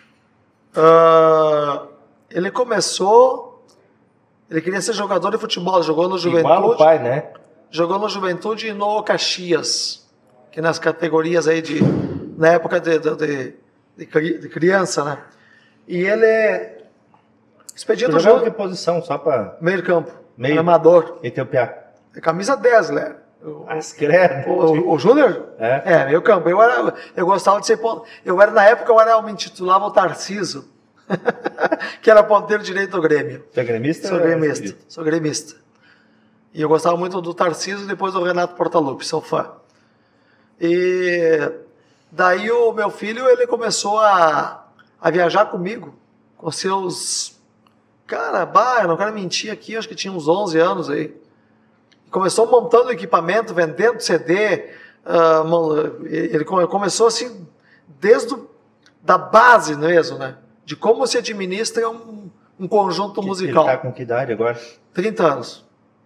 Uh, ele começou... Ele queria ser jogador de futebol, jogou no Juventude. Igual o pai, né? Jogou no Juventude e no Caxias, que nas categorias aí de, na época de, de, de, de criança, né? E ele é Expedito Júnior. Que posição, só para meio campo, meio amador. E teu piá? É camisa dez, né? Mas credo. O, o, o Júnior? É. É, meio campo. Eu, era, eu gostava de ser ponto. Eu era, na época, eu era, eu me intitulava o Tarciso. Que era ponteiro direito do Grêmio. Você é gremista? Sou gremista, é sou gremista. E eu gostava muito do Tarcísio e depois do Renato Portaluppi, sou fã. E daí o meu filho, ele começou a, a viajar comigo, com seus... Cara, bah, eu não quero mentir aqui, acho que tinha uns onze anos aí. Começou montando equipamento, vendendo C D. Uh, ele começou assim, desde o, da base mesmo, né? De como se administra um, um conjunto que, musical. Ele está com que idade agora? trinta anos.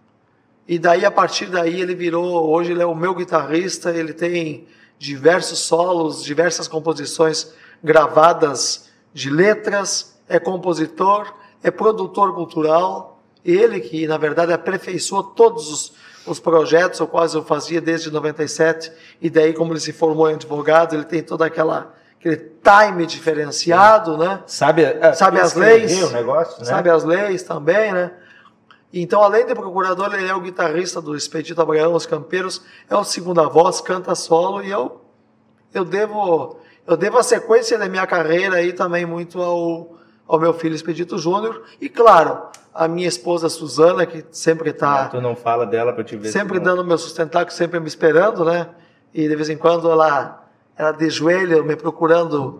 E daí, a partir daí, ele virou... Hoje ele é o meu guitarrista, ele tem diversos solos, diversas composições gravadas de letras, é compositor, é produtor cultural. Ele que, na verdade, aperfeiçoou todos os, os projetos, os quais eu fazia desde noventa e sete, e daí, como ele se formou em advogado, ele tem toda aquela... aquele time diferenciado, né? Sabe, é, sabe as leis, o negócio, né? Sabe as leis também, né? Então, além de procurador, ele é o guitarrista do Expedito Abraão, Os Campeiros, é o segunda voz, canta solo, e eu, eu devo, eu devo a sequência da minha carreira aí também muito ao, ao meu filho Expedito Júnior, e claro, a minha esposa Suzana, que sempre está... Tu não fala dela para te ver. Sempre dando meu sustentáculo, sempre me esperando, né? E de vez em quando ela... Ela de joelho, me procurando,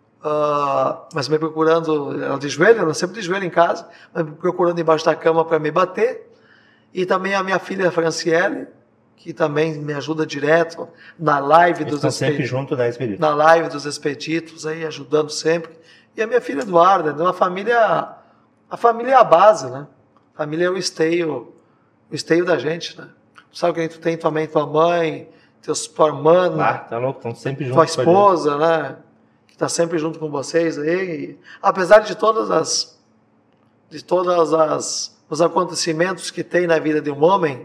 uh, mas me procurando, ela de joelho, ela sempre de joelho em casa, mas me procurando embaixo da cama para me bater. E também a minha filha Franciele, que também me ajuda direto na live Eles dos estão sempre junto, né, Expedito? Na live dos Expeditos, aí ajudando sempre. E a minha filha Eduarda, uma família, a família é a base, né? A família é o esteio, o esteio da gente, né? Tu sabe que tu tem também tua mãe, teus, tua irmã, ah, tá louco, estão sempre juntos. Tua esposa, né? Que está sempre junto com vocês aí. E, apesar de todas as, de todas as os acontecimentos que tem na vida de um homem,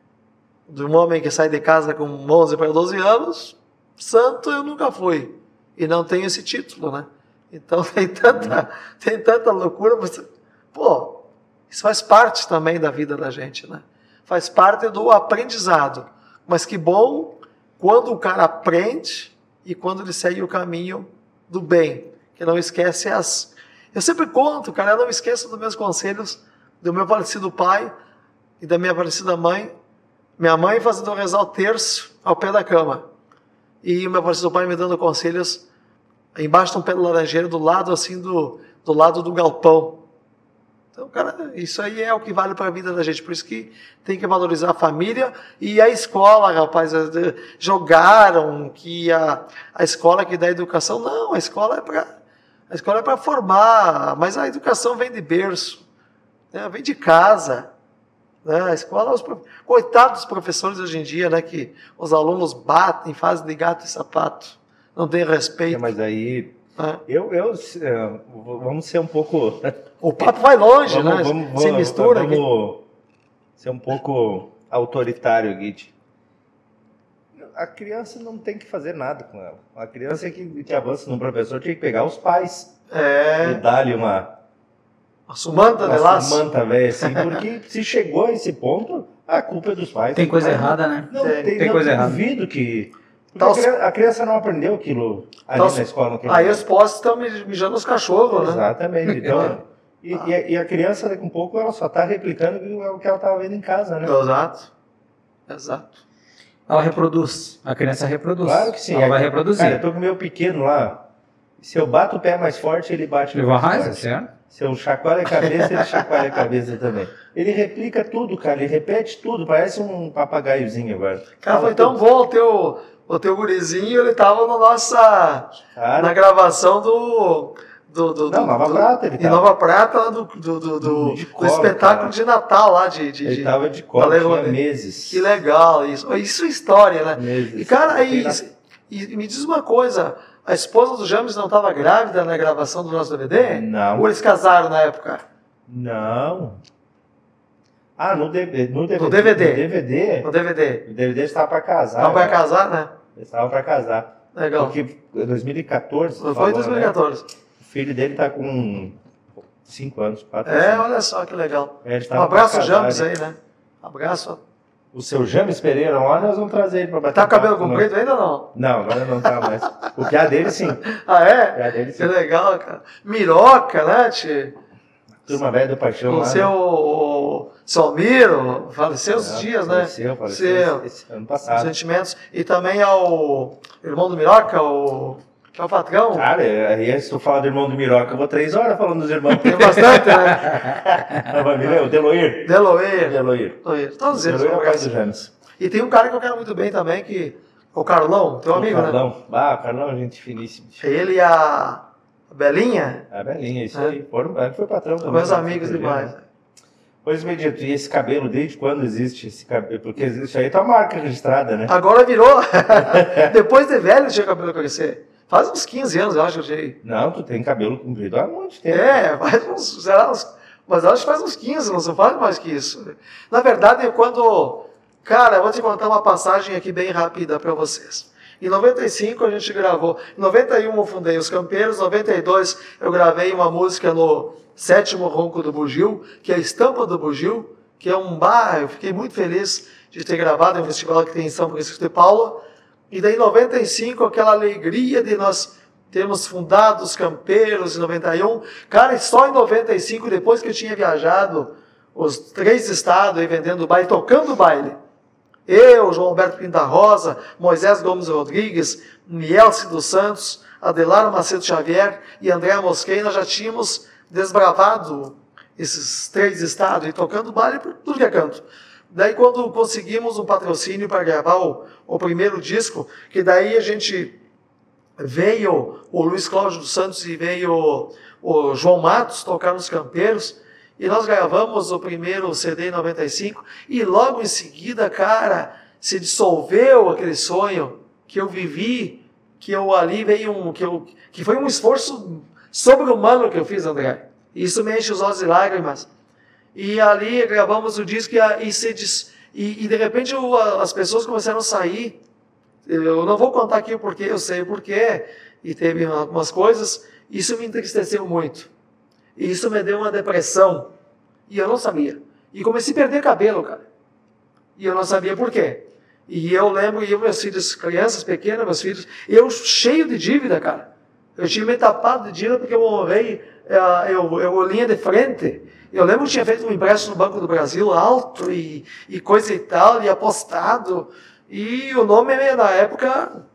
de um homem que sai de casa com onze para doze anos, santo eu nunca fui e não tenho esse título, né? Então tem tanta, tem tanta loucura, mas, pô, isso faz parte também da vida da gente, né? Faz parte do aprendizado. Mas que bom quando o cara aprende e quando ele segue o caminho do bem, que não esquece as... Eu sempre conto, cara, eu não esqueço dos meus conselhos do meu falecido pai e da minha falecida mãe. Minha mãe fazendo rezar o terço ao pé da cama. e o meu professor pai me dando conselhos embaixo de um pé de laranjeira, do lado assim do, do lado do galpão. Então, cara, isso aí é o que vale para a vida da gente. Por isso que tem que valorizar a família e a escola, rapaz. Jogaram que a, a escola que dá educação. Não, a escola é para a escola é para formar, mas a educação vem de berço, né? Vem de casa. Né? A escola, os, coitados dos professores hoje em dia, né? Que os alunos batem, fazem de gato e sapato, não tem respeito. É, mas aí, né? eu, eu, vamos ser um pouco... O papo vai longe, vamos, né? Vamos, vamos, Se mistura. Vamos aqui. Ser um pouco autoritário, Guide. A criança não tem que fazer nada com ela. A criança que, que avança no professor tinha que pegar os pais é... e dar-lhe uma... Uma sumanta de laço. Uma sumanta, velho, assim, porque se chegou a esse ponto, a culpa é dos pais. Tem coisa mas, errada, né? Não, tem, tem, tem não coisa errada. duvido que... Tá, a, criança, a criança não aprendeu aquilo ali tá, na escola. Aí os postos estão mijando os cachorros, né? Exatamente. Então, e, ah. e a criança, daqui a um pouco, ela só está replicando o que ela estava vendo em casa, né? Exato. Exato. Ela reproduz. A criança reproduz. Claro que sim. Ela vai reproduzir. Cara, eu tô com o meu pequeno lá. Se eu bato o pé mais forte, ele bate ele mais vai forte. certo? Se eu chacoalho a cabeça, ele chacoalha a cabeça também. Ele replica tudo, cara. Ele repete tudo. Parece um papagaiozinho agora. Cara, foi tão bom o teu, o teu gurizinho. Ele tava no nossa, cara, na gravação do... Do, do, não, do, Nova do, Prata. Ele em Nova Prata, do, do, do, do, de do colo, espetáculo cara. de Natal lá. De, de, ele de, tava de colo, tinha meses. Que legal isso. Isso é história, né? Meses. E, cara, aí, e me diz uma coisa. A esposa do James não estava grávida na gravação do nosso D V D? Não. Ou eles casaram na época? Não. Ah, no, D V D, no, D V D, no D V D. No D V D. No D V D. O D V D estava para casar. Estava para casar, né? Estava para casar. Legal. Porque em dois mil e quatorze. Foi em dois mil e quatorze. Né? O filho dele está com cinco anos, quatro É, anos. olha só que legal. É, um abraço, James, aí, né? Abraço. O seu James Pereira, lá nós vamos trazer ele para bater. Tá com cabelo comprido ainda ou não? Não, agora não tá mais. O piá dele, sim. Ah, é? O piá dele, sim. Que legal, cara. Miroca, né, tchê? Turma velha do Paixão. O lá, seu, né? o seu Almiro, faleceu esses dias, né? Faleceu, faleceu esse, esse ano passado. Os sentimentos. E também ao irmão do Miroca, o... que é o patrão. Cara, aí se tu falar do irmão do Miroca, eu vou três horas falando dos irmãos. Tem bastante, né? A família, o Deloir. Deloir. Deloir. Deloir. Todos eles. Deloir é o pai do James. E tem um cara que eu quero muito bem também, que o Carlão, teu o amigo, Carlão. né? Ah, o Carlão é gente finíssima. Ele e a Belinha. A Belinha, isso é. aí. Foram, foi patrão São também. meus amigos demais. Pois, Medito, e esse cabelo, desde quando existe esse cabelo? Porque isso aí tá uma marca registrada, né? Agora virou. Depois de velho, tinha cabelo crescer. Faz uns quinze anos, eu acho que eu tinha. Não, tu tem cabelo comprido há muito tempo. É, faz uns, sei lá, uns, mas eu acho que faz uns quinze, não faz mais que isso. Na verdade, quando... Cara, eu vou te contar uma passagem aqui bem rápida para vocês. Em noventa e cinco a gente gravou, em noventa e um eu fundei os Campeiros, em noventa e dois eu gravei uma música no Sétimo Ronco do Bugio, que é a Estampa do Bugio, que é um bar, eu fiquei muito feliz de ter gravado, é um festival que tem em São Francisco de Paula. E daí em noventa e cinco, aquela alegria de nós termos fundado os Campeiros em noventa e um. Cara, e só em noventa e cinco, depois que eu tinha viajado os três estados aí vendendo baile, tocando baile, eu, João Alberto Pinta Rosa, Moisés Gomes Rodrigues, Mielce dos Santos, Adelar Macedo Xavier e André Mosquei, nós já tínhamos desbravado esses três estados e tocando baile por tudo que é canto. Daí quando conseguimos um patrocínio para gravar o, o primeiro disco, que daí a gente veio o Luiz Cláudio dos Santos e veio o, o João Matos tocar nos Campeiros, e nós gravamos o primeiro C D em noventa e cinco, e logo em seguida, cara, se dissolveu aquele sonho que eu vivi, que eu ali veio um, que, eu, que foi um esforço sobre-humano que eu fiz, André. Isso me enche os olhos de lágrimas. E ali gravamos o disco e, e, se dis, e, e de repente eu, as pessoas começaram a sair. Eu não vou contar aqui o porquê, eu sei o porquê, e teve algumas coisas. Isso me entristeceu muito. E isso me deu uma depressão. E eu não sabia. E comecei a perder cabelo, cara. E eu não sabia por quê. E eu lembro, e eu, meus filhos, crianças pequenas, meus filhos, eu cheio de dívida, cara. Eu tinha me tapado de dívida porque eu morei, eu, eu linha de frente. Eu lembro que tinha feito um empréstimo no Banco do Brasil, alto e, e coisa e tal, e apostado. E o nome, na época,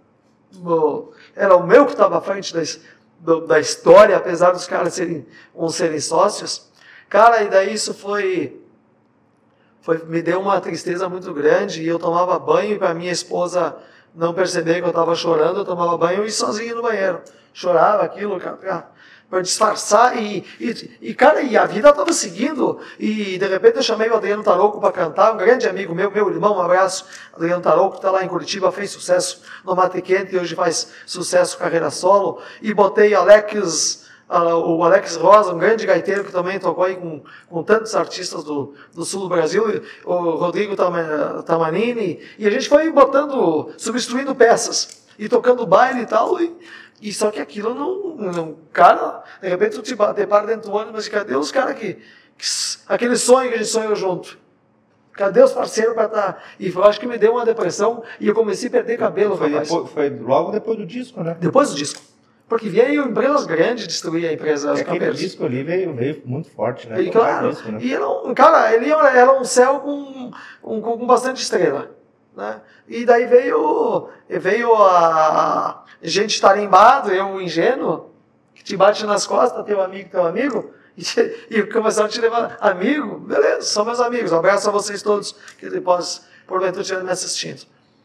era o meu que estava à frente da, da história, apesar dos caras serem, uns serem sócios. Cara, e daí isso foi, foi, me deu uma tristeza muito grande, e eu tomava banho, e para minha esposa não perceber que eu estava chorando, eu tomava banho e ia sozinho no banheiro. Chorava aquilo, cara, para disfarçar, e, e, e, cara, e a vida estava seguindo, e de repente eu chamei o Adriano Tarouco para cantar, um grande amigo meu, meu irmão, um abraço, Adriano Tarouco, que está lá em Curitiba, fez sucesso no Mate Quente, e hoje faz sucesso carreira solo, e botei Alex, uh, o Alex Rosa, um grande gaiteiro que também tocou aí com, com tantos artistas do, do sul do Brasil, o Rodrigo Tamanini, e a gente foi botando, substituindo peças, e tocando baile e tal, e E só que aquilo não, não... Cara, de repente tu te depara dentro do ônibus, mas cadê os caras que, que... Aquele sonho que a gente sonhou junto? Cadê os parceiros para estar... Tá? E eu acho que me deu uma depressão e eu comecei a perder cabelo, foi, rapaz. Depois, foi logo depois do disco, né? Depois do disco. Porque veio empresas grandes destruir a empresa, os aquele cabelos. disco ali veio, veio muito forte, né? E claro, disco, né? e era um, cara, ele era um céu com, um, com bastante estrela. Né? E daí veio, veio a gente tarimbado, eu ingênuo, que te bate nas costas, teu amigo, teu amigo, e, te, e começaram a te levar, amigo, beleza, são meus amigos, um abraço a vocês todos que depois, porventura, estiverem me assistindo.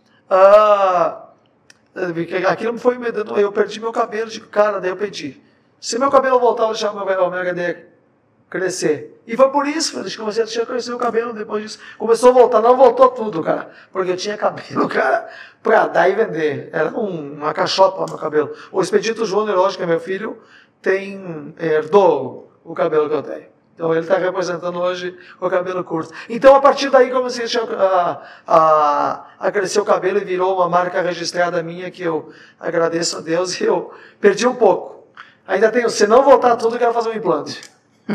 Ah, aquilo foi me dando, eu perdi meu cabelo, digo, cara, daí eu pedi, se meu cabelo voltar, eu deixar o meu, o meu H D crescer. E foi por isso que eu comecei a deixar crescer o cabelo depois disso. Começou a voltar, não voltou tudo, cara. Porque eu tinha cabelo, cara, pra dar e vender. Era um, uma caixota no meu cabelo. O Expedito Júnior, hoje, que é meu filho, tem, herdou o cabelo que eu tenho. Então ele está representando hoje o cabelo curto. Então a partir daí comecei a, a, a crescer o cabelo e virou uma marca registrada minha que eu agradeço a Deus e eu perdi um pouco. Ainda tenho, se não voltar tudo, eu quero fazer um implante.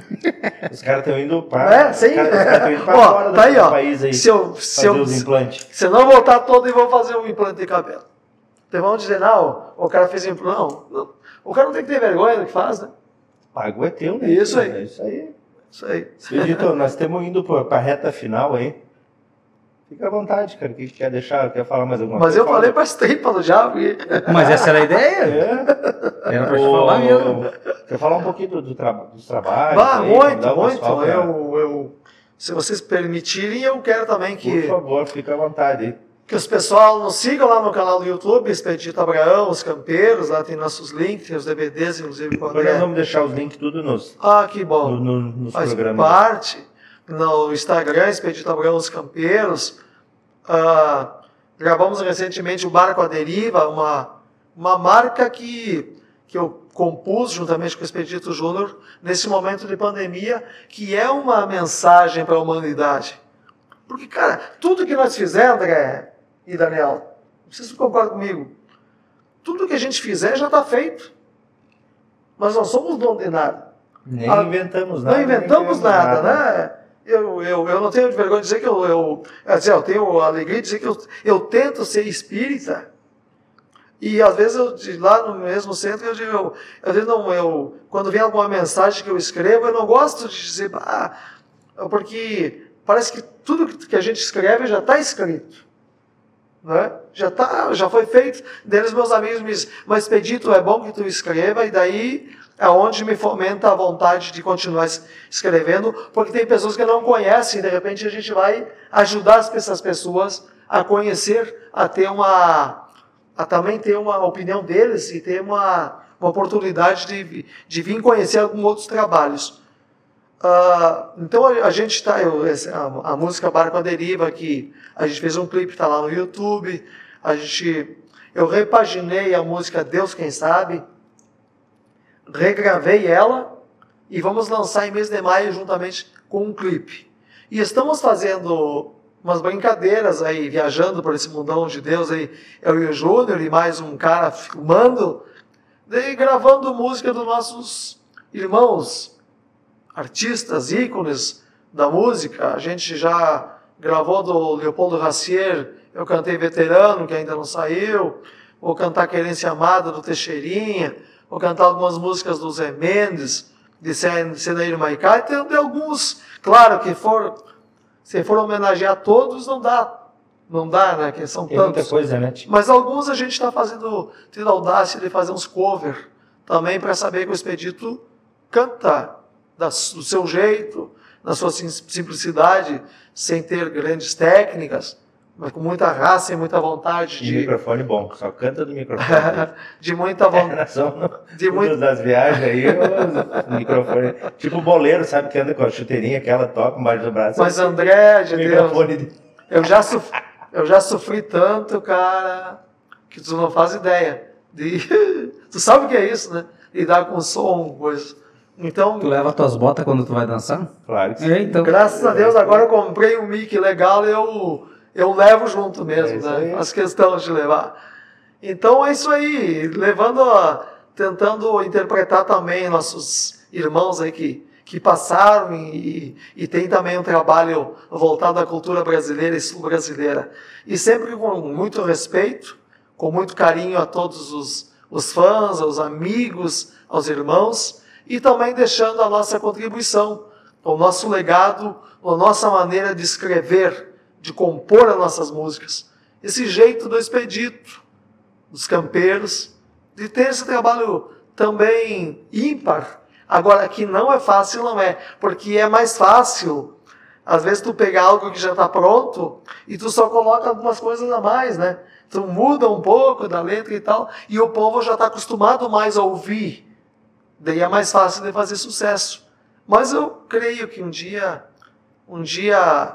Os caras estão indo para é, sim. cara, indo ó, fora tá do aí, ó. país aí. Se eu, se eu, os implantes. Se eu não voltar todo, eu vou fazer um implante de cabelo. Então vão dizer, não, o cara fez implante. Não, não, o cara não tem que ter vergonha do que faz, né? Pago é teu, né? Isso aí. É isso aí. Isso aí. Expedito, nós estamos indo para a reta final aí. Fica à vontade, cara. O que quer deixar? Quer falar mais alguma Mas coisa? Mas eu falei bastante para já. Porque... Mas essa era a ideia? É. Era para te falar mesmo. Quer falar um pouquinho do, do tra dos trabalhos? Bah, aí, muito, muito. Pra... Eu, eu, se vocês permitirem, eu quero também que... Por favor, fica à vontade aí. Que os pessoal nos sigam lá no canal do YouTube, Expedito Abraão, os Campeiros, lá tem nossos links, tem os D V Ds, inclusive. Depois nós vamos deixar os links tudo nos, ah, que bom. no, no, nos Faz programas. parte no Instagram, Expedito Abraão, os Campeiros. Ah, gravamos recentemente o Barco à Deriva, uma, uma marca que, que eu compus juntamente com o Expedito Júnior nesse momento de pandemia, que é uma mensagem para a humanidade. Porque, cara, tudo que nós fizermos, André e Daniel, vocês concordam comigo? Tudo que a gente fizer já está feito. Nós não somos dono de nada. Nem ah, inventamos nada. Não inventamos nada, nada, né? Eu, eu, eu não tenho vergonha de dizer que eu, eu, assim, eu tenho a alegria de dizer que eu, eu tento ser espírita. E às vezes eu, lá no mesmo centro, eu digo, eu, às vezes não, eu, quando vem alguma mensagem que eu escrevo, eu não gosto de dizer, ah, porque parece que tudo que a gente escreve já está escrito. Né? Já, tá, já foi feito. Deles meus amigos me dizem, mas Expedito, é bom que tu escreva, e daí é onde me fomenta a vontade de continuar escrevendo, porque tem pessoas que não conhecem, e de repente a gente vai ajudar essas pessoas a conhecer, a ter uma, a também ter uma opinião deles e ter uma, uma oportunidade de, de vir conhecer alguns outros trabalhos. Uh, então a, a gente está, a, a música Barco à Deriva, que a gente fez um clipe, está lá no YouTube, a gente, eu repaginei a música Deus Quem Sabe, regravei ela e vamos lançar em mês de maio juntamente com um clipe. E estamos fazendo umas brincadeiras aí, viajando por esse mundão de Deus aí, eu e o Júnior e mais um cara filmando, daí gravando música dos nossos irmãos, artistas, ícones da música. A gente já gravou do Leopoldo Racier, eu cantei Veterano, que ainda não saiu, vou cantar Querência Amada do Teixeirinha, vou cantar algumas músicas do Zé Mendes, de Cenaíro Maicá, e tem alguns, claro que for, se for homenagear todos, não dá, não dá, né? Que são Tem muita tantos. coisa, né? Tipo, Mas alguns a gente está fazendo, tendo a audácia de fazer uns cover também para saber que o Expedito canta da, do seu jeito, na sua sim- simplicidade, sem ter grandes técnicas, mas com muita raça e muita vontade de de, microfone bom, só canta do microfone. de muita vontade. Nós somos De todas muito- das viagens aí, o microfone. Tipo o boleiro, sabe, que anda com a chuteirinha, aquela toca embaixo do braço. Mas André, de o Deus, microfone de... eu já, sof- eu já sofri tanto, cara, que tu não faz ideia. De... tu sabe o que é isso, né? Lidar com som, coisa. Então, Tu leva tuas botas quando tu vai dançar? Claro que sim. É, então. graças a Deus, agora eu comprei um mic legal e eu, eu levo junto É mesmo, isso né? aí. As questões de levar. Então é isso aí, levando a, tentando interpretar também nossos irmãos aí que, que passaram e, e tem também um trabalho voltado à cultura brasileira e sul-brasileira. E sempre com muito respeito, com muito carinho a todos os, os fãs, aos amigos, aos irmãos, e também deixando a nossa contribuição, o nosso legado, a nossa maneira de escrever, de compor as nossas músicas. Esse jeito do Expedito, dos campeiros, de ter esse trabalho também ímpar. Agora, que não é fácil, não é, porque é mais fácil, às vezes, tu pegar algo que já está pronto e tu só coloca algumas coisas a mais, né? Tu muda um pouco da letra e tal, e o povo já está acostumado mais a ouvir. Daí é mais fácil de fazer sucesso. Mas eu creio que um dia, um dia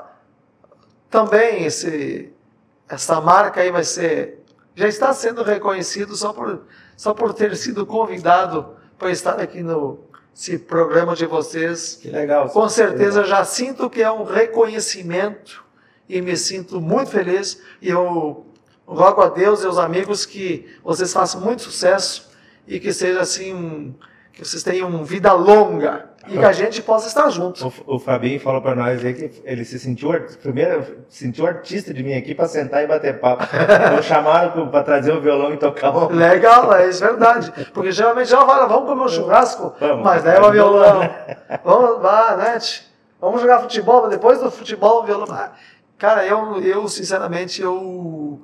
também esse, essa marca aí vai ser, já está sendo reconhecido só por, só por ter sido convidado para estar aqui no esse programa de vocês. Que legal. Com certeza já sinto que é um reconhecimento e me sinto muito feliz. E eu rogo a Deus e aos amigos que vocês façam muito sucesso e que seja assim, um, que vocês tenham vida longa e que a gente possa estar junto. O, o Fabinho falou para nós aí que ele se sentiu, art- primeiro, sentiu artista de mim aqui para sentar e bater papo. Então chamaram para trazer o violão e tocar um... Legal, é isso, verdade. Porque geralmente já fala, vamos comer um churrasco, Vamos, mas leva vamos violão. né? Vamos, vá, né? tch? Vamos jogar futebol, mas depois do futebol, o violão. Ah, cara, eu, eu sinceramente, eu,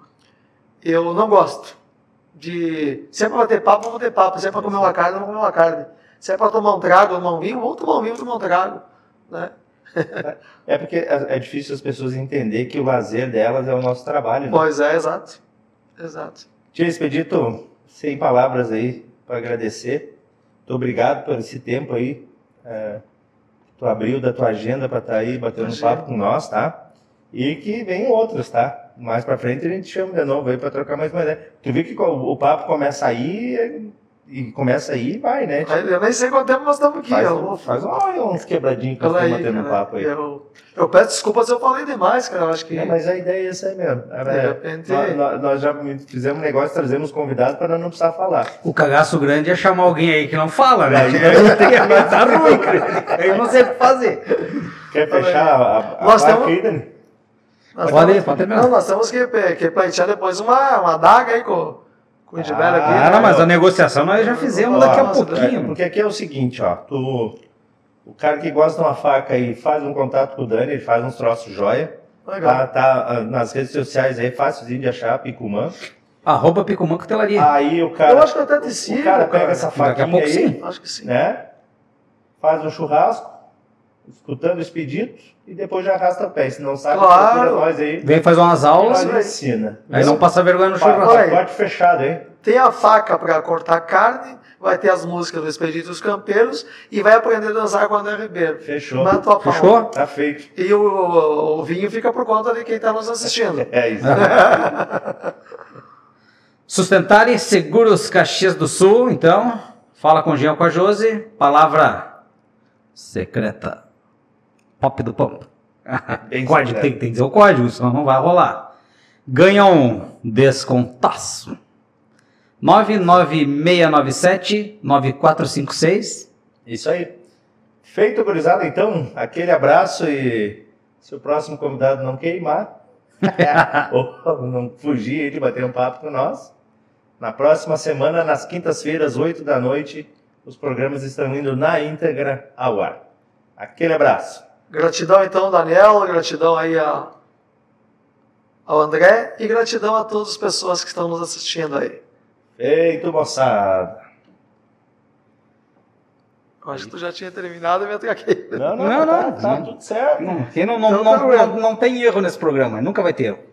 eu não gosto de. Se é para bater papo, vamos bater papo. Se é para comer uma carne, vamos comer uma carne. Se é para tomar um trago, tomar um vinho, vamos tomar um vinho, tomar um trago. Né? É porque é é difícil as pessoas entenderem que o lazer delas é o nosso trabalho. Né? Pois é, exato. Exato. Tia Expedito, sem palavras aí para agradecer. Muito obrigado por esse tempo aí. É, tu abriu da tua agenda para estar aí batendo um Imagina. papo com nós, tá? E que venham outros, tá? Mais para frente a gente chama de novo aí para trocar mais uma ideia. Tu viu que o, o papo começa aí e começa aí e vai, né? Aí, eu nem sei quanto tempo nós estamos aqui. Faz, eu um- vou- faz um- uns quebradinhos que nós Olha estamos aí, batendo um cara, papo aí. Eu, eu peço desculpas se eu falei demais, cara. Eu acho que. É, mas a ideia é essa aí mesmo. É, De repente- nós, nós- nós já fizemos um negócio, trazemos convidados para nós não precisar falar. O cagaço grande é chamar alguém aí que não fala, né? Aí, Vai tá ruim, cara. Aí eu não sei o que fazer. Quer fechar a, a, a Nós marca temos- aí, Dani? Nós Pode temos- ir, pode terminar. Não, nós temos que, que pleitear depois uma, uma daga aí com, com o Edibel aqui. Ah, né? não, mas a negociação nós já fizemos daqui a Nossa, É, pouquinho. porque aqui é o seguinte, ó. Tu, o cara que gosta de uma faca aí faz um contato com o Dani, ele faz uns troços joia. Legal. Tá, tá ah, nas redes sociais aí, fácilzinho de achar, Picumã. Arroba Picumã Cutelaria. Aí o cara. Eu acho que eu até te sigo, O cara pega cara. essa Daqui a faquinha pouco aí, sim. Acho que sim. né? Faz um churrasco, escutando os pedidos e depois já arrasta o pé. Se não sabe, Claro. procura nós aí. Vem fazer umas aulas, Nós ensina. aí não passa vergonha no churrasco. Olha aí. Pacote fechado, hein? Tem a faca para cortar carne, vai ter as músicas do Expedito dos Campeiros e vai aprender a dançar com o André Ribeiro. Fechou. Na tua palma. Fechou? Tá feito. E o, o, o vinho fica por conta de quem está nos assistindo. É isso. Sustentare Seguros Caxias do Sul, então, fala com o Jean, com a Josi, palavra secreta. Pop do Pampa. Bem Código, secreto. tem, tem que dizer o código, senão não vai rolar. Ganha um descontaço. nove nove seis nove sete nove quatro cinco seis. Isso aí. Feito, gurizada, então, aquele abraço e se o próximo convidado não queimar, ou não fugir aí de bater um papo com nós, na próxima semana, nas quintas-feiras, oito da noite, os programas estão indo na íntegra ao ar. Aquele abraço. Gratidão então, Daniel, gratidão aí a, ao André e gratidão a todas as pessoas que estão nos assistindo aí. Feito, moçada. Acho que tu já tinha terminado e me atraquei. Não, não, Não, tá, não. tá tudo certo. Não, aqui não, não, Então não, tá não, não tem erro nesse programa, nunca vai ter erro.